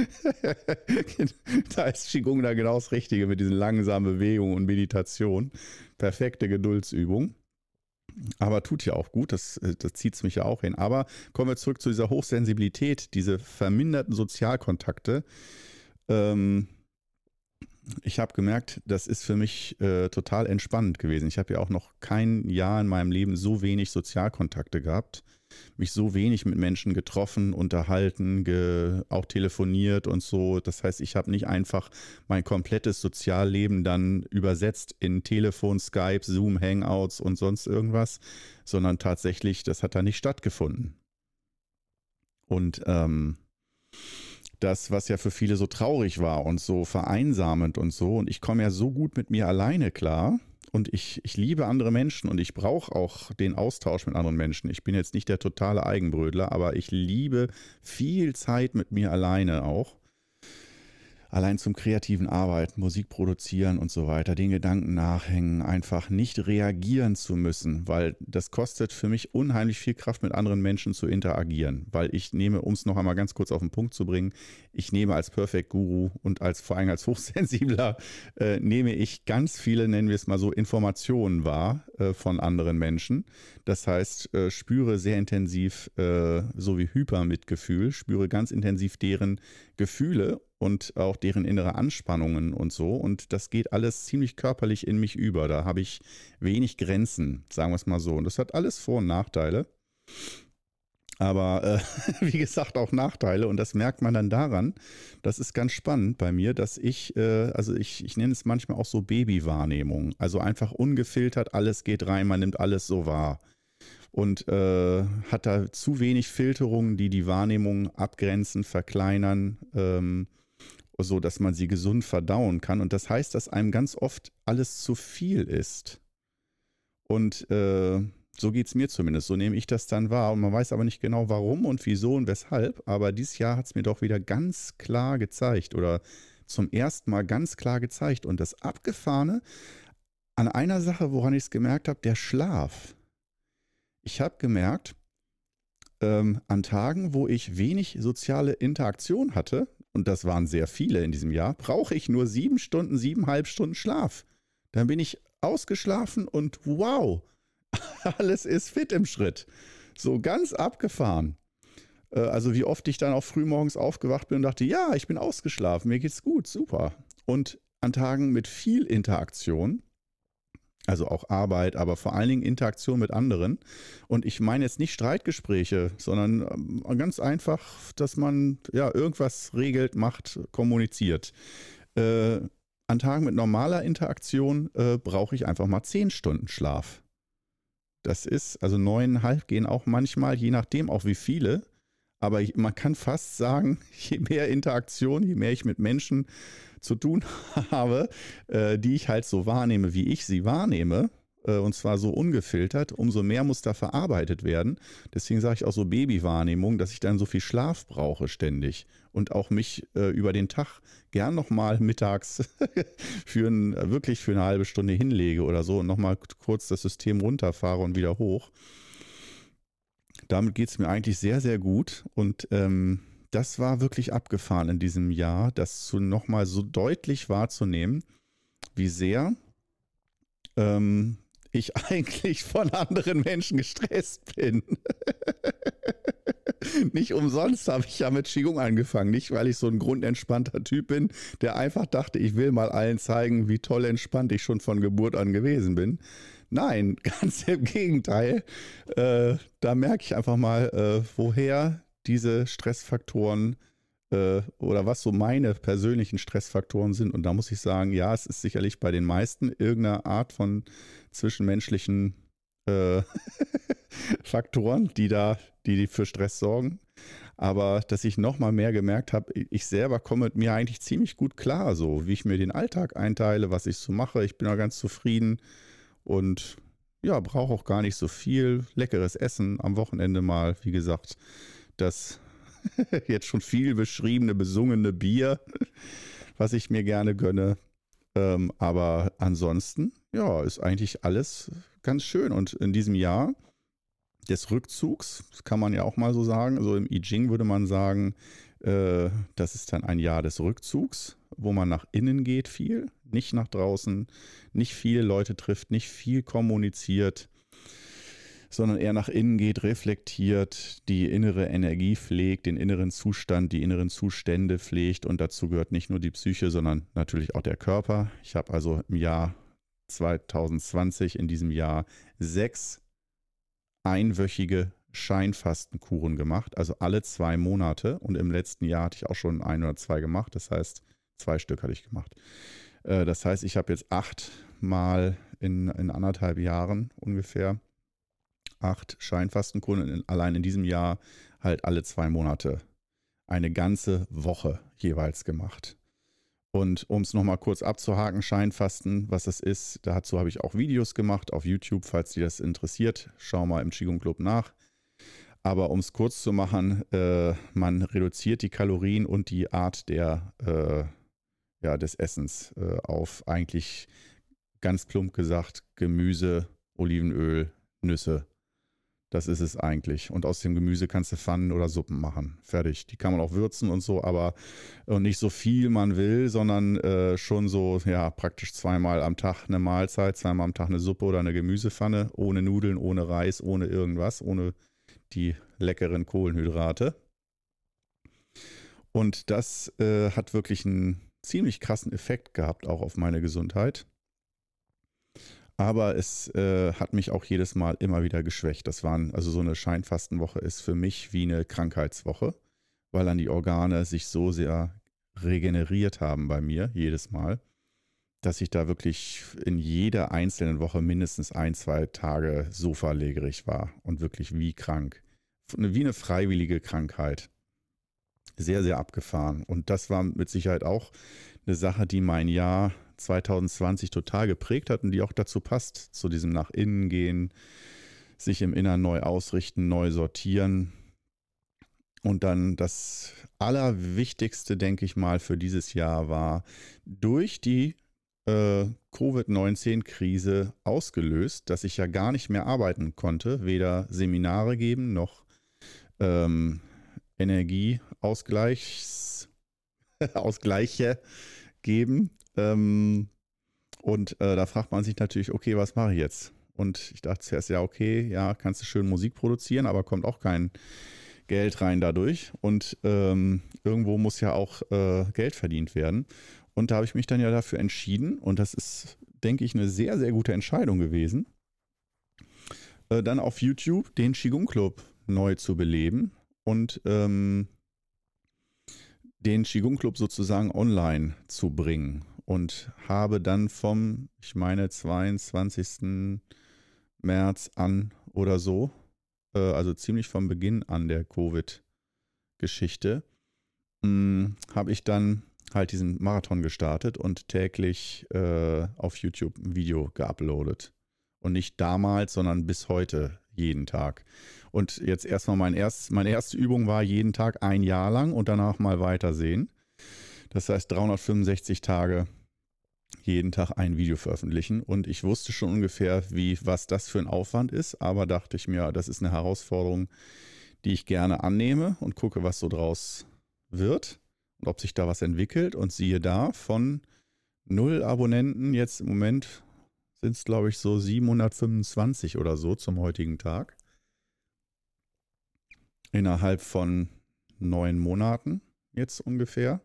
Da ist Qigong da genau das Richtige mit diesen langsamen Bewegungen und Meditation. Perfekte Geduldsübung. Aber tut ja auch gut, das, das zieht es mich ja auch hin. Aber kommen wir zurück zu dieser Hochsensibilität, diese verminderten Sozialkontakte. Ähm, ich habe gemerkt, das ist für mich äh, total entspannend gewesen. Ich habe ja auch noch kein Jahr in meinem Leben so wenig Sozialkontakte gehabt. Mich so wenig mit Menschen getroffen, unterhalten, ge, auch telefoniert und so. Das heißt, ich habe nicht einfach mein komplettes Sozialleben dann übersetzt in Telefon, Skype, Zoom, Hangouts und sonst irgendwas, sondern tatsächlich, das hat da nicht stattgefunden. Und ähm, das, was ja für viele so traurig war und so vereinsamend und so, und ich komme ja so gut mit mir alleine klar. Und ich, ich liebe andere Menschen und ich brauche auch den Austausch mit anderen Menschen. Ich bin jetzt nicht der totale Eigenbrödler, aber ich liebe viel Zeit mit mir alleine auch. allein zum kreativen Arbeiten, Musik produzieren und so weiter, den Gedanken nachhängen, einfach nicht reagieren zu müssen, weil das kostet für mich unheimlich viel Kraft, mit anderen Menschen zu interagieren, weil ich nehme, um es noch einmal ganz kurz auf den Punkt zu bringen, ich nehme als Perfect Guru und als vor allem als Hochsensibler, äh, nehme ich ganz viele, nennen wir es mal so, Informationen wahr äh, von anderen Menschen. Das heißt, äh, spüre sehr intensiv, äh, so wie Hypermitgefühl, spüre ganz intensiv deren Gefühle und auch deren innere Anspannungen und so. Und das geht alles ziemlich körperlich in mich über. Da habe ich wenig Grenzen, sagen wir es mal so. Und das hat alles Vor- und Nachteile. Aber äh, wie gesagt, auch Nachteile. Und das merkt man dann daran, das ist ganz spannend bei mir, dass ich, äh, also ich, ich nenne es manchmal auch so Babywahrnehmung. Also einfach ungefiltert, alles geht rein, man nimmt alles so wahr. Und äh, hat da zu wenig Filterungen, die die Wahrnehmung abgrenzen, verkleinern, ähm, so dass man sie gesund verdauen kann. Und das heißt, dass einem ganz oft alles zu viel ist. Und äh, so geht es mir zumindest. So nehme ich das dann wahr. Und man weiß aber nicht genau, warum und wieso und weshalb. Aber dieses Jahr hat es mir doch wieder ganz klar gezeigt oder zum ersten Mal ganz klar gezeigt. Und das Abgefahrene an einer Sache, woran ich es gemerkt habe, der Schlaf. Ich habe gemerkt, ähm, an Tagen, wo ich wenig soziale Interaktion hatte, und das waren sehr viele in diesem Jahr, brauche ich nur sieben Stunden, siebeneinhalb Stunden Schlaf. Dann bin ich ausgeschlafen und wow, alles ist fit im Schritt. So ganz abgefahren. Äh, also wie oft ich dann auch früh morgens aufgewacht bin und dachte, ja, ich bin ausgeschlafen, mir geht's gut, super. Und an Tagen mit viel Interaktion, also auch Arbeit, aber vor allen Dingen Interaktion mit anderen. Und ich meine jetzt nicht Streitgespräche, sondern ganz einfach, dass man ja irgendwas regelt, macht, kommuniziert. Äh, an Tagen mit normaler Interaktion äh, brauche ich einfach mal zehn Stunden Schlaf. Das ist, also neuneinhalb gehen auch manchmal, je nachdem auch wie viele. Aber man kann fast sagen, je mehr Interaktion, je mehr ich mit Menschen zu tun habe, äh, die ich halt so wahrnehme, wie ich sie wahrnehme, äh, und zwar so ungefiltert, umso mehr muss da verarbeitet werden. Deswegen sage ich auch so Babywahrnehmung, dass ich dann so viel Schlaf brauche ständig und auch mich äh, über den Tag gern nochmal mittags für ein, wirklich für eine halbe Stunde hinlege oder so und nochmal kurz das System runterfahre und wieder hoch. Damit geht es mir eigentlich sehr, sehr gut und ähm, das war wirklich abgefahren in diesem Jahr, das zu nochmal so deutlich wahrzunehmen, wie sehr ähm, ich eigentlich von anderen Menschen gestresst bin. Nicht umsonst habe ich ja mit Qigong angefangen, nicht weil ich so ein grundentspannter Typ bin, der einfach dachte, ich will mal allen zeigen, wie toll entspannt ich schon von Geburt an gewesen bin. Nein, ganz im Gegenteil. Äh, da merke ich einfach mal, äh, woher diese Stressfaktoren äh, oder was so meine persönlichen Stressfaktoren sind. Und da muss ich sagen, ja, es ist sicherlich bei den meisten irgendeine Art von zwischenmenschlichen äh, Faktoren, die da, die für Stress sorgen. Aber dass ich noch mal mehr gemerkt habe, ich selber komme mit mir eigentlich ziemlich gut klar, so wie ich mir den Alltag einteile, was ich so mache. Ich bin da ganz zufrieden. Und ja, brauche auch gar nicht so viel. Leckeres Essen am Wochenende mal. Wie gesagt, das jetzt schon viel beschriebene, besungene Bier, was ich mir gerne gönne. Ähm, aber ansonsten, ja, ist eigentlich alles ganz schön. Und in diesem Jahr des Rückzugs, das kann man ja auch mal so sagen, also im I Ching würde man sagen, äh, das ist dann ein Jahr des Rückzugs, wo man nach innen geht viel, nicht nach draußen, nicht viele Leute trifft, nicht viel kommuniziert, sondern eher nach innen geht, reflektiert, die innere Energie pflegt, den inneren Zustand, die inneren Zustände pflegt und dazu gehört nicht nur die Psyche, sondern natürlich auch der Körper. Ich habe also im Jahr zwanzig zwanzig, in diesem Jahr, sechs einwöchige Scheinfastenkuren gemacht, also alle zwei Monate. Und im letzten Jahr hatte ich auch schon ein oder zwei gemacht. Das heißt, zwei Stück hatte ich gemacht. Äh, das heißt, ich habe jetzt acht Mal in, in anderthalb Jahren ungefähr acht Scheinfastenkuren, in, allein in diesem Jahr halt alle zwei Monate eine ganze Woche jeweils gemacht. Und um es nochmal kurz abzuhaken, Scheinfasten, was das ist, dazu habe ich auch Videos gemacht auf YouTube, falls dir das interessiert. Schau mal im Qigong Club nach. Aber um es kurz zu machen, äh, man reduziert die Kalorien und die Art der, äh, ja, des Essens äh, auf eigentlich ganz plump gesagt Gemüse, Olivenöl, Nüsse. Das ist es eigentlich. Und aus dem Gemüse kannst du Pfannen oder Suppen machen. Fertig. Die kann man auch würzen und so, aber äh, nicht so viel man will, sondern äh, schon so, ja, praktisch zweimal am Tag eine Mahlzeit, zweimal am Tag eine Suppe oder eine Gemüsepfanne, ohne Nudeln, ohne Reis, ohne irgendwas, ohne die leckeren Kohlenhydrate. Und das äh, hat wirklich einen ziemlich krassen Effekt gehabt, auch auf meine Gesundheit. Aber es äh, hat mich auch jedes Mal immer wieder geschwächt. Das waren, also so eine Scheinfastenwoche ist für mich wie eine Krankheitswoche, weil dann die Organe sich so sehr regeneriert haben bei mir jedes Mal, dass ich da wirklich in jeder einzelnen Woche mindestens ein, zwei Tage sofalegerig war und wirklich wie krank. Wie eine freiwillige Krankheit. Sehr, sehr abgefahren. Und das war mit Sicherheit auch eine Sache, die mein Jahr zwanzig zwanzig total geprägt hat und die auch dazu passt, zu diesem nach innen gehen, sich im Inneren neu ausrichten, neu sortieren. Und dann das Allerwichtigste, denke ich mal, für dieses Jahr war, durch die äh, Covid neunzehn Krise ausgelöst, dass ich ja gar nicht mehr arbeiten konnte, weder Seminare geben noch ähm, Energieausgleichs Ausgleiche geben. Ähm, und äh, da fragt man sich natürlich, okay, was mache ich jetzt? Und ich dachte zuerst, ja, okay, ja, kannst du schön Musik produzieren, aber kommt auch kein Geld rein dadurch. Und ähm, irgendwo muss ja auch äh, Geld verdient werden. Und da habe ich mich dann ja dafür entschieden, und das ist, denke ich, eine sehr, sehr gute Entscheidung gewesen, äh, dann auf YouTube den Qigong Club neu zu beleben und ähm, den Qigong Club sozusagen online zu bringen. Und habe dann vom, ich meine, zweiundzwanzigsten März an oder so, äh, also ziemlich vom Beginn an der Covid-Geschichte, mh, habe ich dann halt diesen Marathon gestartet und täglich äh, auf YouTube ein Video geuploadet. Und nicht damals, sondern bis heute jeden Tag. Und jetzt erstmal mein erst, meine erste Übung war jeden Tag ein Jahr lang und danach mal weitersehen. Das heißt dreihundertfünfundsechzig Tage jeden Tag ein Video veröffentlichen. Und ich wusste schon ungefähr, wie, was das für ein Aufwand ist, aber dachte ich mir, das ist eine Herausforderung, die ich gerne annehme und gucke, was so draus wird und ob sich da was entwickelt. Und siehe da, von null Abonnenten, jetzt im Moment sind es, glaube ich, so siebenhundertfünfundzwanzig oder so zum heutigen Tag. Innerhalb von neun Monaten jetzt ungefähr.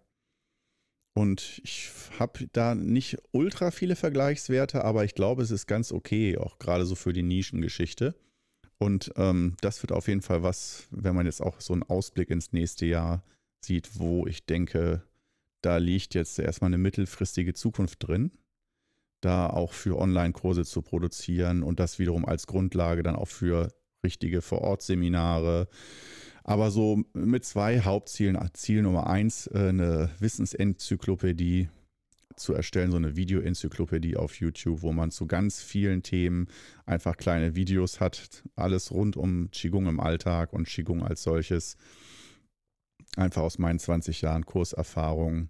Und ich habe da nicht ultra viele Vergleichswerte, aber ich glaube, es ist ganz okay, auch gerade so für die Nischengeschichte. Und ähm, das wird auf jeden Fall was, wenn man jetzt auch so einen Ausblick ins nächste Jahr sieht, wo ich denke, da liegt jetzt erstmal eine mittelfristige Zukunft drin, da auch für Online-Kurse zu produzieren und das wiederum als Grundlage dann auch für richtige Vor-Ort-Seminare. Aber so mit zwei Hauptzielen. Ziel Nummer eins, eine Wissensenzyklopädie zu erstellen, so eine Video-Enzyklopädie auf YouTube, wo man zu ganz vielen Themen einfach kleine Videos hat. Alles rund um Qigong im Alltag und Qigong als solches. Einfach aus meinen zwanzig Jahren Kurserfahrung.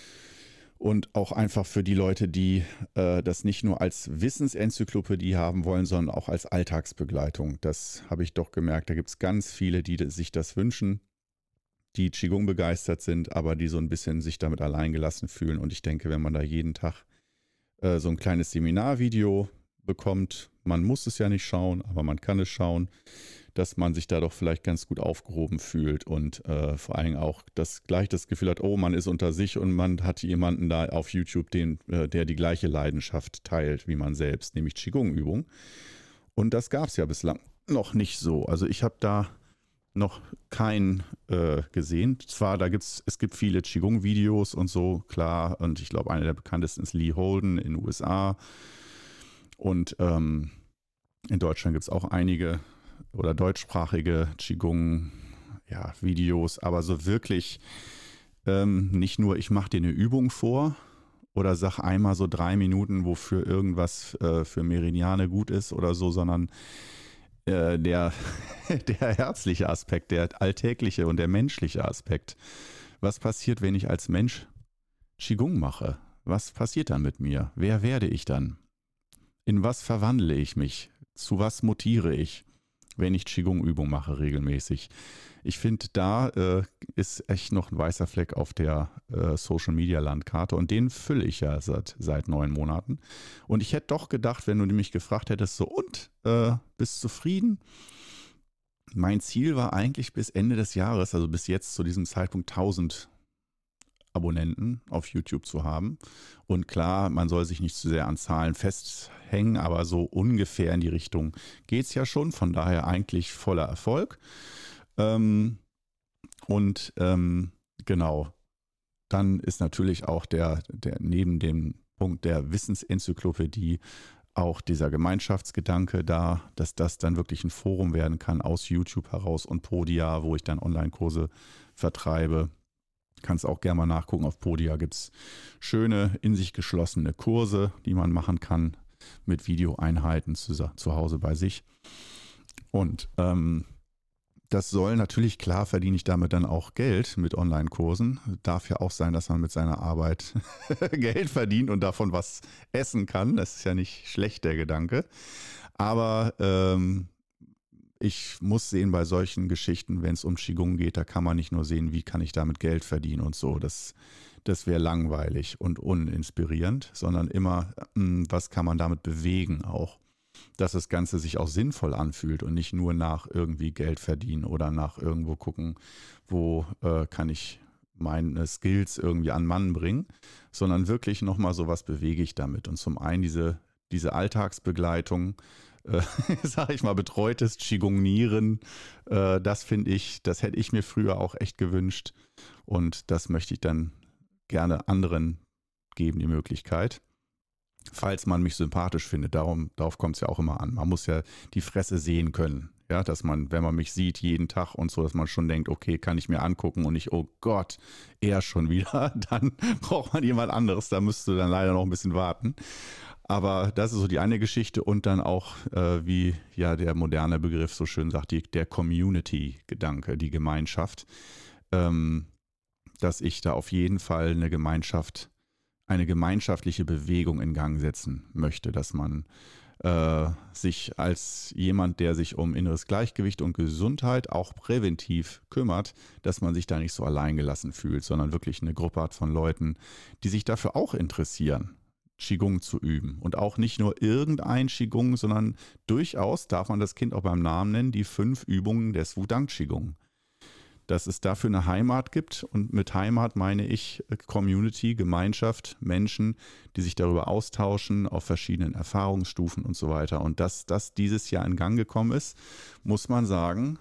Und auch einfach für die Leute, die äh, das nicht nur als Wissensenzyklopädie haben wollen, sondern auch als Alltagsbegleitung. Das habe ich doch gemerkt. Da gibt es ganz viele, die sich das wünschen, die Qigong begeistert sind, aber die so ein bisschen sich damit alleingelassen fühlen. Und ich denke, wenn man da jeden Tag äh, so ein kleines Seminarvideo bekommt, man muss es ja nicht schauen, aber man kann es schauen, dass man sich da doch vielleicht ganz gut aufgehoben fühlt und äh, vor allem auch das gleich das Gefühl hat, oh, man ist unter sich und man hat jemanden da auf YouTube, den, äh, der die gleiche Leidenschaft teilt wie man selbst, nämlich Qigong-Übung. Und das gab es ja bislang noch nicht so. Also ich habe da noch keinen äh, gesehen. Zwar, da gibt's, es gibt viele Qigong-Videos und so, klar, und ich glaube, einer der bekanntesten ist Lee Holden in den U S A. Und ähm, in Deutschland gibt es auch einige oder deutschsprachige Qigong-Videos, ja, aber so wirklich ähm, nicht nur, ich mache dir eine Übung vor oder sag einmal so drei Minuten, wofür irgendwas äh, für Meridiane gut ist oder so, sondern äh, der, der herzliche Aspekt, der alltägliche und der menschliche Aspekt. Was passiert, wenn ich als Mensch Qigong mache. Was passiert dann mit mir? Wer werde ich dann? In was verwandle ich mich? Zu was mutiere ich, wenn ich Qigong-Übung mache regelmäßig? Ich finde, da äh, ist echt noch ein weißer Fleck auf der äh, Social-Media-Landkarte und den fülle ich ja seit, seit neun Monaten. Und ich hätte doch gedacht, wenn du mich gefragt hättest, so und, äh, bist zufrieden? Mein Ziel war eigentlich bis Ende des Jahres, also bis jetzt zu diesem Zeitpunkt tausend Abonnenten auf YouTube zu haben. Und klar, man soll sich nicht zu sehr an Zahlen festhängen, aber so ungefähr in die Richtung geht es ja schon. Von daher eigentlich voller Erfolg. Ähm, und ähm, genau, dann ist natürlich auch der, der neben dem Punkt der Wissensenzyklopädie auch dieser Gemeinschaftsgedanke da, dass das dann wirklich ein Forum werden kann aus YouTube heraus und Podia, wo ich dann Online-Kurse vertreibe. Kannst auch gerne mal nachgucken. Auf Podia gibt es schöne, in sich geschlossene Kurse, die man machen kann mit Videoeinheiten zu, zu Hause bei sich. Und ähm, das soll natürlich, klar verdiene ich damit dann auch Geld mit Online-Kursen. Darf ja auch sein, dass man mit seiner Arbeit Geld verdient und davon was essen kann. Das ist ja nicht schlecht, der Gedanke. Aber ähm, ich muss sehen, bei solchen Geschichten, wenn es um Qigong geht, da kann man nicht nur sehen, wie kann ich damit Geld verdienen und so. Das, das wäre langweilig und uninspirierend, sondern immer, was kann man damit bewegen auch. Dass das Ganze sich auch sinnvoll anfühlt und nicht nur nach irgendwie Geld verdienen oder nach irgendwo gucken, wo äh, kann ich meine Skills irgendwie an Mann bringen, sondern wirklich nochmal so, was bewege ich damit. Und zum einen diese, diese Alltagsbegleitung, äh, sage ich mal, betreutes Qigong-Nieren, äh, das finde ich, das hätte ich mir früher auch echt gewünscht und das möchte ich dann gerne anderen geben, die Möglichkeit. Falls man mich sympathisch findet, darum, darauf kommt es ja auch immer an. Man muss ja die Fresse sehen können, ja, dass man, wenn man mich sieht jeden Tag und so, dass man schon denkt, okay, kann ich mir angucken und nicht, oh Gott, er schon wieder, dann braucht man jemand anderes, da müsste dann leider noch ein bisschen warten. Aber das ist so die eine Geschichte und dann auch, äh, wie ja der moderne Begriff so schön sagt, die, der Community-Gedanke, die Gemeinschaft, ähm, dass ich da auf jeden Fall eine Gemeinschaft eine gemeinschaftliche Bewegung in Gang setzen möchte, dass man äh, sich als jemand, der sich um inneres Gleichgewicht und Gesundheit auch präventiv kümmert, dass man sich da nicht so alleingelassen fühlt, sondern wirklich eine Gruppe hat von Leuten, die sich dafür auch interessieren, Qigong zu üben. Und auch nicht nur irgendein Qigong, sondern durchaus, darf man das Kind auch beim Namen nennen, die fünf Übungen des Wudang Qigong. Dass es dafür eine Heimat gibt und mit Heimat meine ich Community, Gemeinschaft, Menschen, die sich darüber austauschen auf verschiedenen Erfahrungsstufen und so weiter. Und dass das dieses Jahr in Gang gekommen ist, muss man sagen,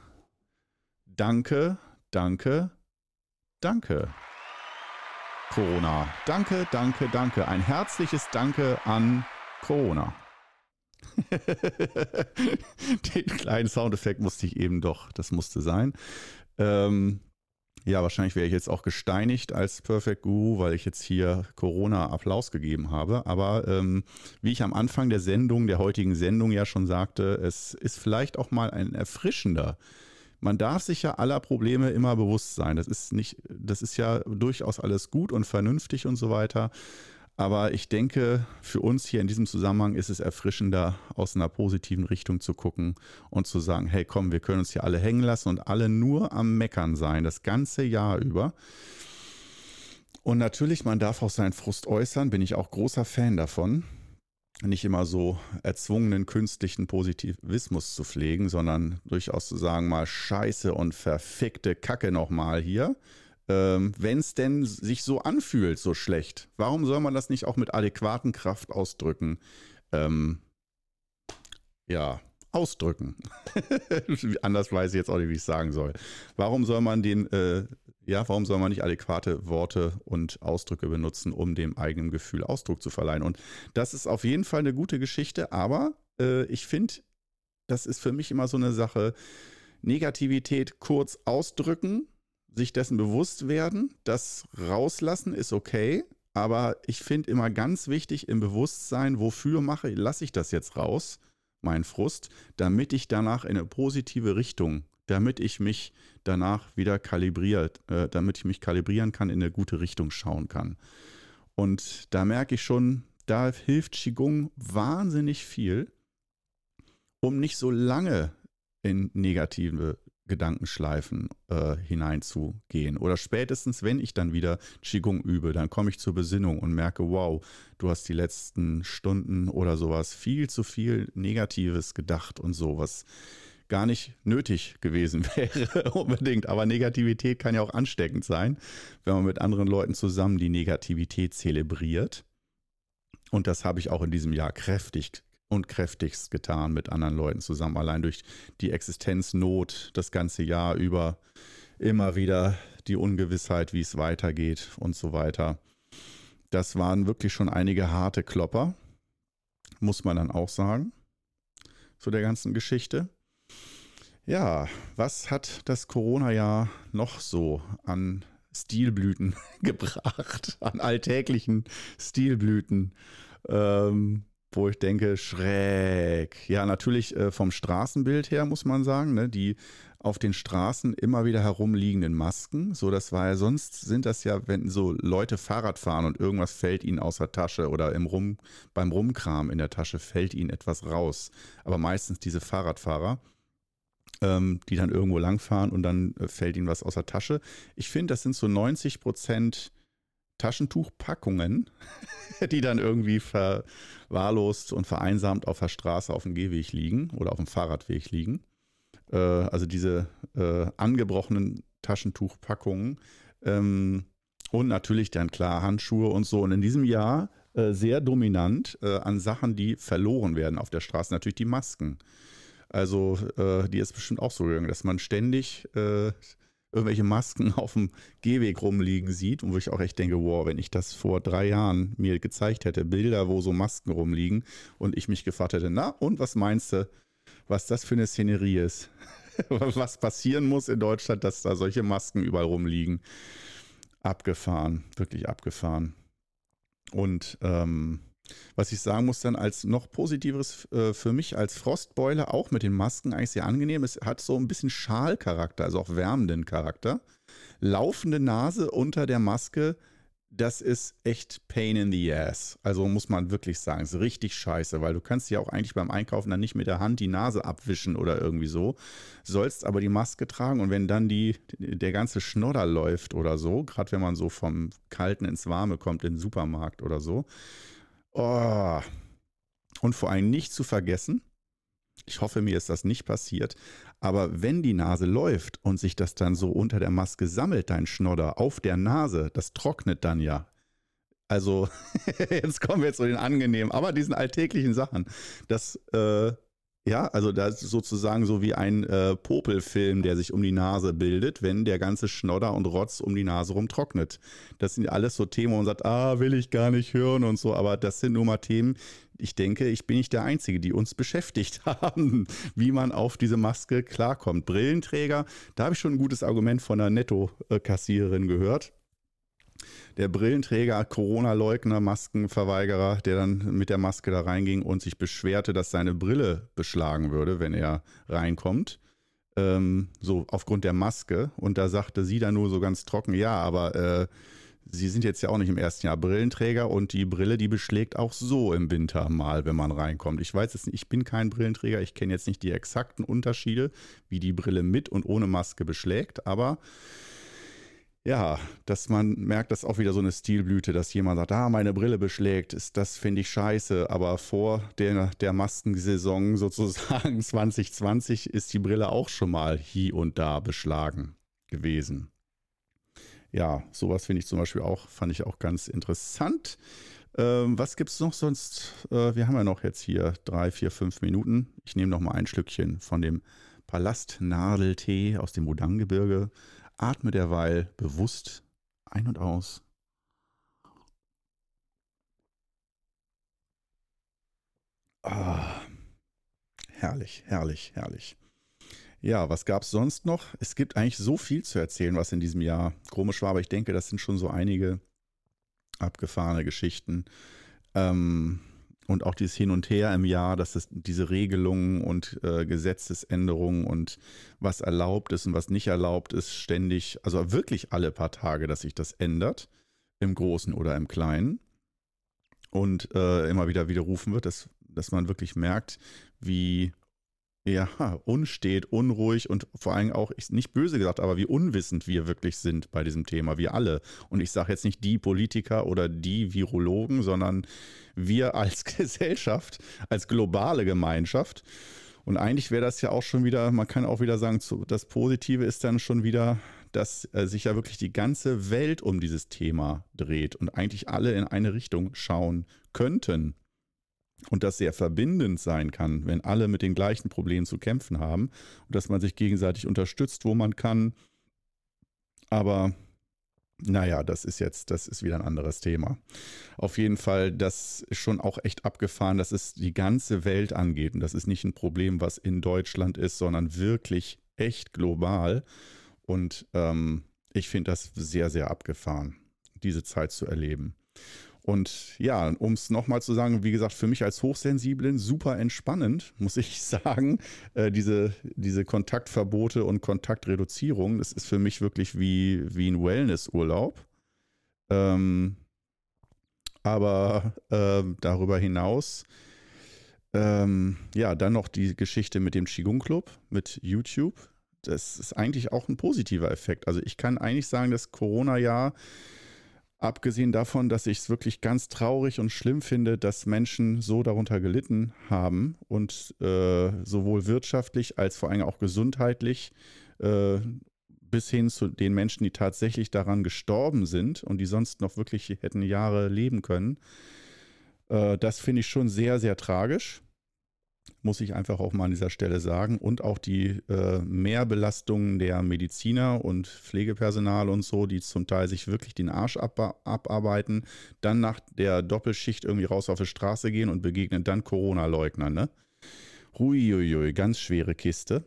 danke, danke, danke, Corona. Danke, danke, danke. Ein herzliches Danke an Corona. Den kleinen Soundeffekt musste ich eben doch, das musste sein. Ähm, ja, wahrscheinlich wäre ich jetzt auch gesteinigt als Perfect Guru, weil ich jetzt hier Corona-Applaus gegeben habe. Aber ähm, wie ich am Anfang der Sendung, der heutigen Sendung ja schon sagte, es ist vielleicht auch mal ein erfrischender. Man darf sich ja aller Probleme immer bewusst sein. Das ist nicht, das ist ja durchaus alles gut und vernünftig und so weiter. Aber ich denke, für uns hier in diesem Zusammenhang ist es erfrischender, aus einer positiven Richtung zu gucken und zu sagen, hey komm, wir können uns hier alle hängen lassen und alle nur am Meckern sein, das ganze Jahr über. Und natürlich, man darf auch seinen Frust äußern, bin ich auch großer Fan davon. Nicht immer so erzwungenen künstlichen Positivismus zu pflegen, sondern durchaus zu sagen, mal Scheiße und verfickte Kacke nochmal hier. Ähm, wenn es denn sich so anfühlt, so schlecht, warum soll man das nicht auch mit adäquaten Kraftausdrücken, ähm, ja, ausdrücken? Anders weiß ich jetzt auch nicht, wie ich es sagen soll. Warum soll man den, äh, ja, warum soll man nicht adäquate Worte und Ausdrücke benutzen, um dem eigenen Gefühl Ausdruck zu verleihen? Und das ist auf jeden Fall eine gute Geschichte, aber äh, ich finde, das ist für mich immer so eine Sache, Negativität kurz ausdrücken, sich dessen bewusst werden, das rauslassen ist okay, aber ich finde immer ganz wichtig im Bewusstsein, wofür mache, lasse ich das jetzt raus, mein Frust, damit ich danach in eine positive Richtung, damit ich mich danach wieder kalibriert, äh, damit ich mich kalibrieren kann, in eine gute Richtung schauen kann. Und da merke ich schon, da hilft Qigong wahnsinnig viel, um nicht so lange in negative Gedankenschleifen äh, hineinzugehen. Oder spätestens, wenn ich dann wieder Qigong übe, dann komme ich zur Besinnung und merke, wow, du hast die letzten Stunden oder sowas viel zu viel Negatives gedacht und so, was gar nicht nötig gewesen wäre unbedingt. Aber Negativität kann ja auch ansteckend sein, wenn man mit anderen Leuten zusammen die Negativität zelebriert. Und das habe ich auch in diesem Jahr kräftig und kräftigst getan mit anderen Leuten zusammen. Allein durch die Existenznot das ganze Jahr über immer wieder die Ungewissheit, wie es weitergeht und so weiter. Das waren wirklich schon einige harte Klopper, muss man dann auch sagen, zu der ganzen Geschichte. Ja, was hat das Corona-Jahr noch so an Stilblüten gebracht, an alltäglichen Stilblüten, ähm, wo ich denke, schräg. Ja, natürlich äh, vom Straßenbild her muss man sagen, ne, die auf den Straßen immer wieder herumliegenden Masken. So, das war ja, sonst sind das ja, wenn so Leute Fahrrad fahren und irgendwas fällt ihnen aus der Tasche oder im Rum, beim Rumkram in der Tasche fällt ihnen etwas raus. Aber meistens diese Fahrradfahrer, ähm, die dann irgendwo langfahren und dann äh, fällt ihnen was aus der Tasche. Ich finde, das sind so neunzig Prozent Taschentuchpackungen, die dann irgendwie verwahrlost und vereinsamt auf der Straße auf dem Gehweg liegen oder auf dem Fahrradweg liegen. Äh, also diese äh, angebrochenen Taschentuchpackungen. Ähm, und natürlich dann klar Handschuhe und so. Und in diesem Jahr äh, sehr dominant äh, an Sachen, die verloren werden auf der Straße, natürlich die Masken. Also äh, die ist bestimmt auch so gegangen, dass man ständig äh, irgendwelche Masken auf dem Gehweg rumliegen sieht und wo ich auch echt denke, wow, wenn ich das vor drei Jahren mir gezeigt hätte, Bilder, wo so Masken rumliegen und ich mich gefragt hätte, na und was meinst du, was das für eine Szenerie ist? Was passieren muss in Deutschland, dass da solche Masken überall rumliegen? Abgefahren, wirklich abgefahren. Und ähm, was ich sagen muss dann als noch positiveres äh, für mich als Frostbeule, auch mit den Masken eigentlich sehr angenehm. Es hat so ein bisschen Schalcharakter, also auch wärmenden Charakter. Laufende Nase unter der Maske, das ist echt pain in the ass. Also muss man wirklich sagen, ist richtig scheiße, weil du kannst ja auch eigentlich beim Einkaufen dann nicht mit der Hand die Nase abwischen oder irgendwie so. Sollst aber die Maske tragen und wenn dann die, der ganze Schnodder läuft oder so, gerade wenn man so vom Kalten ins Warme kommt in den Supermarkt oder so, oh. Und vor allem nicht zu vergessen, ich hoffe, mir ist das nicht passiert, aber wenn die Nase läuft und sich das dann so unter der Maske sammelt, dein Schnodder auf der Nase, das trocknet dann ja. Also jetzt kommen wir zu den angenehmen, aber diesen alltäglichen Sachen. Das, äh, ja, also das ist sozusagen so wie ein äh, Popelfilm, der sich um die Nase bildet, wenn der ganze Schnodder und Rotz um die Nase rum trocknet. Das sind alles so Themen, wo man sagt, ah, will ich gar nicht hören und so, aber das sind nun mal Themen, ich denke, ich bin nicht der Einzige, die uns beschäftigt haben, wie man auf diese Maske klarkommt. Brillenträger, da habe ich schon ein gutes Argument von einer Netto-Kassiererin gehört. Der Brillenträger, Corona-Leugner, Maskenverweigerer, der dann mit der Maske da reinging und sich beschwerte, dass seine Brille beschlagen würde, wenn er reinkommt. Ähm, so aufgrund der Maske. Und da sagte sie dann nur so ganz trocken, ja, aber äh, Sie sind jetzt ja auch nicht im ersten Jahr Brillenträger und die Brille, die beschlägt auch so im Winter mal, wenn man reinkommt. Ich weiß jetzt nicht, ich bin kein Brillenträger, ich kenne jetzt nicht die exakten Unterschiede, wie die Brille mit und ohne Maske beschlägt, aber ja, dass man merkt, das ist auch wieder so eine Stilblüte, dass jemand sagt, ah, meine Brille beschlägt, ist, das finde ich scheiße, aber vor der, der Maskensaison sozusagen zwanzig zwanzig ist die Brille auch schon mal hier und da beschlagen gewesen. Ja, sowas finde ich zum Beispiel auch, fand ich auch ganz interessant. Ähm, was gibt es noch sonst? Äh, wir haben ja noch jetzt hier drei, vier, fünf Minuten. Ich nehme noch mal ein Schlückchen von dem Palastnadeltee aus dem Wudang-Gebirge. Atme derweil bewusst ein und aus. Ah, herrlich, herrlich, herrlich. Ja, was gab es sonst noch? Es gibt eigentlich so viel zu erzählen, was in diesem Jahr komisch war, aber ich denke, das sind schon so einige abgefahrene Geschichten. Ähm, und auch dieses Hin und Her im Jahr, dass es diese Regelungen und äh, Gesetzesänderungen und was erlaubt ist und was nicht erlaubt ist, ständig, also wirklich alle paar Tage, dass sich das ändert, im Großen oder im Kleinen. und äh, immer wieder widerrufen wird, dass, dass man wirklich merkt, wie ja, unstet, unruhig und vor allem auch, ich, nicht böse gesagt, aber wie unwissend wir wirklich sind bei diesem Thema, wir alle. Und ich sage jetzt nicht die Politiker oder die Virologen, sondern wir als Gesellschaft, als globale Gemeinschaft. Und eigentlich wäre das ja auch schon wieder, man kann auch wieder sagen, das Positive ist dann schon wieder, dass äh, sich ja wirklich die ganze Welt um dieses Thema dreht und eigentlich alle in eine Richtung schauen könnten. Und das sehr verbindend sein kann, wenn alle mit den gleichen Problemen zu kämpfen haben und dass man sich gegenseitig unterstützt, wo man kann. Aber naja, das ist jetzt, das ist wieder ein anderes Thema. Auf jeden Fall, das ist schon auch echt abgefahren, dass es die ganze Welt angeht. Und das ist nicht ein Problem, was in Deutschland ist, sondern wirklich echt global. Und ähm, ich finde das sehr, sehr abgefahren, diese Zeit zu erleben. Und ja, um es nochmal zu sagen, wie gesagt, für mich als Hochsensiblen super entspannend, muss ich sagen, äh, diese, diese Kontaktverbote und Kontaktreduzierung, das ist für mich wirklich wie, wie ein Wellnessurlaub. Ähm, aber äh, darüber hinaus, ähm, ja, dann noch die Geschichte mit dem Qigong Club, mit YouTube. Das ist eigentlich auch ein positiver Effekt. Also ich kann eigentlich sagen, das Corona-Jahr, abgesehen davon, dass ich es wirklich ganz traurig und schlimm finde, dass Menschen so darunter gelitten haben und äh, sowohl wirtschaftlich als vor allem auch gesundheitlich äh, bis hin zu den Menschen, die tatsächlich daran gestorben sind und die sonst noch wirklich hätten Jahre leben können. Äh, das finde ich schon sehr, sehr tragisch. Muss ich einfach auch mal an dieser Stelle sagen. Und auch die äh, Mehrbelastungen der Mediziner und Pflegepersonal und so, die zum Teil sich wirklich den Arsch ab abarbeiten, dann nach der Doppelschicht irgendwie raus auf die Straße gehen und begegnen dann Corona-Leugnern. Ne? Huiuiui, ganz schwere Kiste.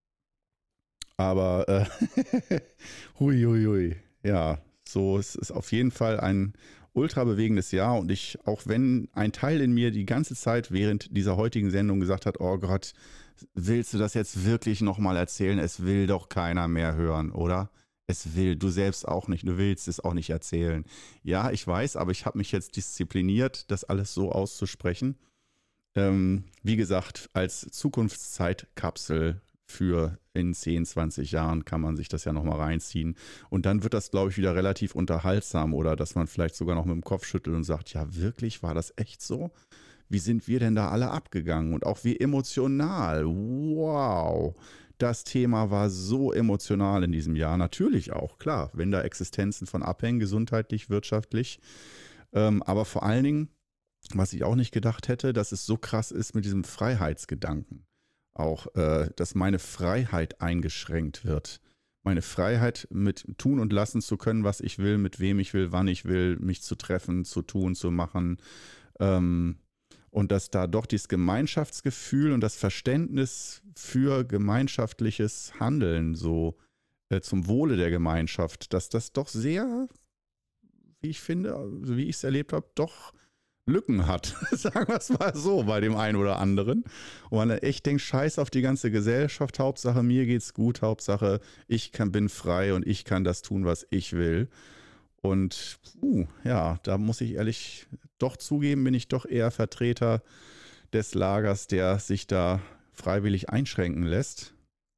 Aber äh, huiuiui, ja, so es ist auf jeden Fall ein ultra bewegendes Jahr und ich, auch wenn ein Teil in mir die ganze Zeit während dieser heutigen Sendung gesagt hat, oh Gott, willst du das jetzt wirklich nochmal erzählen? Es will doch keiner mehr hören, oder? Es will, du selbst auch nicht, du willst es auch nicht erzählen. Ja, ich weiß, aber ich habe mich jetzt diszipliniert, das alles so auszusprechen. Ähm, wie gesagt, als Zukunftszeitkapsel für in zehn, zwanzig Jahren kann man sich das ja nochmal reinziehen. Und dann wird das, glaube ich, wieder relativ unterhaltsam oder dass man vielleicht sogar noch mit dem Kopf schüttelt und sagt, ja wirklich, war das echt so? Wie sind wir denn da alle abgegangen? Und auch wie emotional. Wow. Das Thema war so emotional in diesem Jahr. Natürlich auch, klar, wenn da Existenzen von abhängen, gesundheitlich, wirtschaftlich. Ähm, aber vor allen Dingen, was ich auch nicht gedacht hätte, dass es so krass ist mit diesem Freiheitsgedanken. Auch, äh, dass meine Freiheit eingeschränkt wird. Meine Freiheit, mit tun und lassen zu können, was ich will, mit wem ich will, wann ich will, mich zu treffen, zu tun, zu machen. Ähm, und dass da doch dieses Gemeinschaftsgefühl und das Verständnis für gemeinschaftliches Handeln so äh, zum Wohle der Gemeinschaft, dass das doch sehr, wie ich finde, also wie ich es erlebt habe, doch Lücken hat, sagen wir es mal so, bei dem einen oder anderen. Und man dann echt denkt, scheiß auf die ganze Gesellschaft, Hauptsache mir geht's gut, Hauptsache ich kann, bin frei und ich kann das tun, was ich will. Und uh, ja, da muss ich ehrlich doch zugeben, bin ich doch eher Vertreter des Lagers, der sich da freiwillig einschränken lässt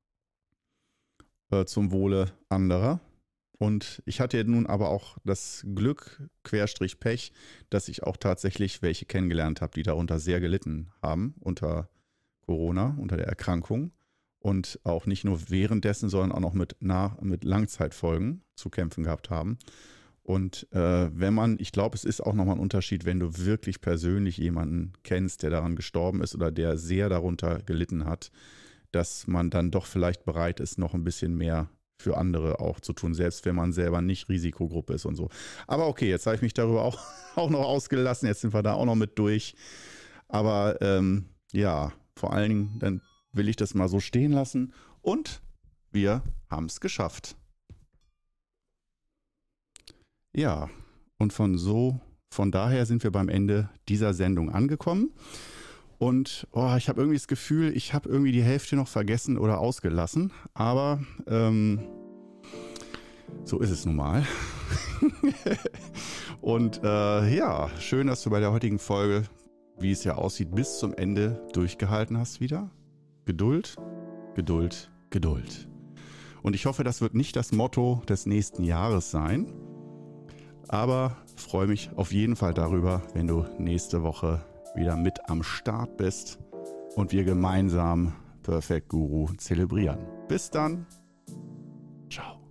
äh, zum Wohle anderer. Und ich hatte nun aber auch das Glück, Querstrich Pech, dass ich auch tatsächlich welche kennengelernt habe, die darunter sehr gelitten haben, unter Corona, unter der Erkrankung. Und auch nicht nur währenddessen, sondern auch noch mit, nach, mit Langzeitfolgen zu kämpfen gehabt haben. Und äh, wenn man, ich glaube, es ist auch nochmal ein Unterschied, wenn du wirklich persönlich jemanden kennst, der daran gestorben ist oder der sehr darunter gelitten hat, dass man dann doch vielleicht bereit ist, noch ein bisschen mehr für andere auch zu tun, selbst wenn man selber nicht Risikogruppe ist und so. Aber okay, jetzt habe ich mich darüber auch, auch noch ausgelassen, jetzt sind wir da auch noch mit durch. Aber ähm, ja, vor allen Dingen, dann will ich das mal so stehen lassen und wir haben es geschafft. Ja, und von so, von daher sind wir beim Ende dieser Sendung angekommen. Und oh, ich habe irgendwie das Gefühl, ich habe irgendwie die Hälfte noch vergessen oder ausgelassen. Aber ähm, so ist es nun mal. Und äh, ja, schön, dass du bei der heutigen Folge, wie es ja aussieht, bis zum Ende durchgehalten hast wieder. Geduld, Geduld, Geduld. Und ich hoffe, das wird nicht das Motto des nächsten Jahres sein. Aber freue mich auf jeden Fall darüber, wenn du nächste Woche wieder mit am Start bist und wir gemeinsam Perfect Guru zelebrieren. Bis dann. Ciao.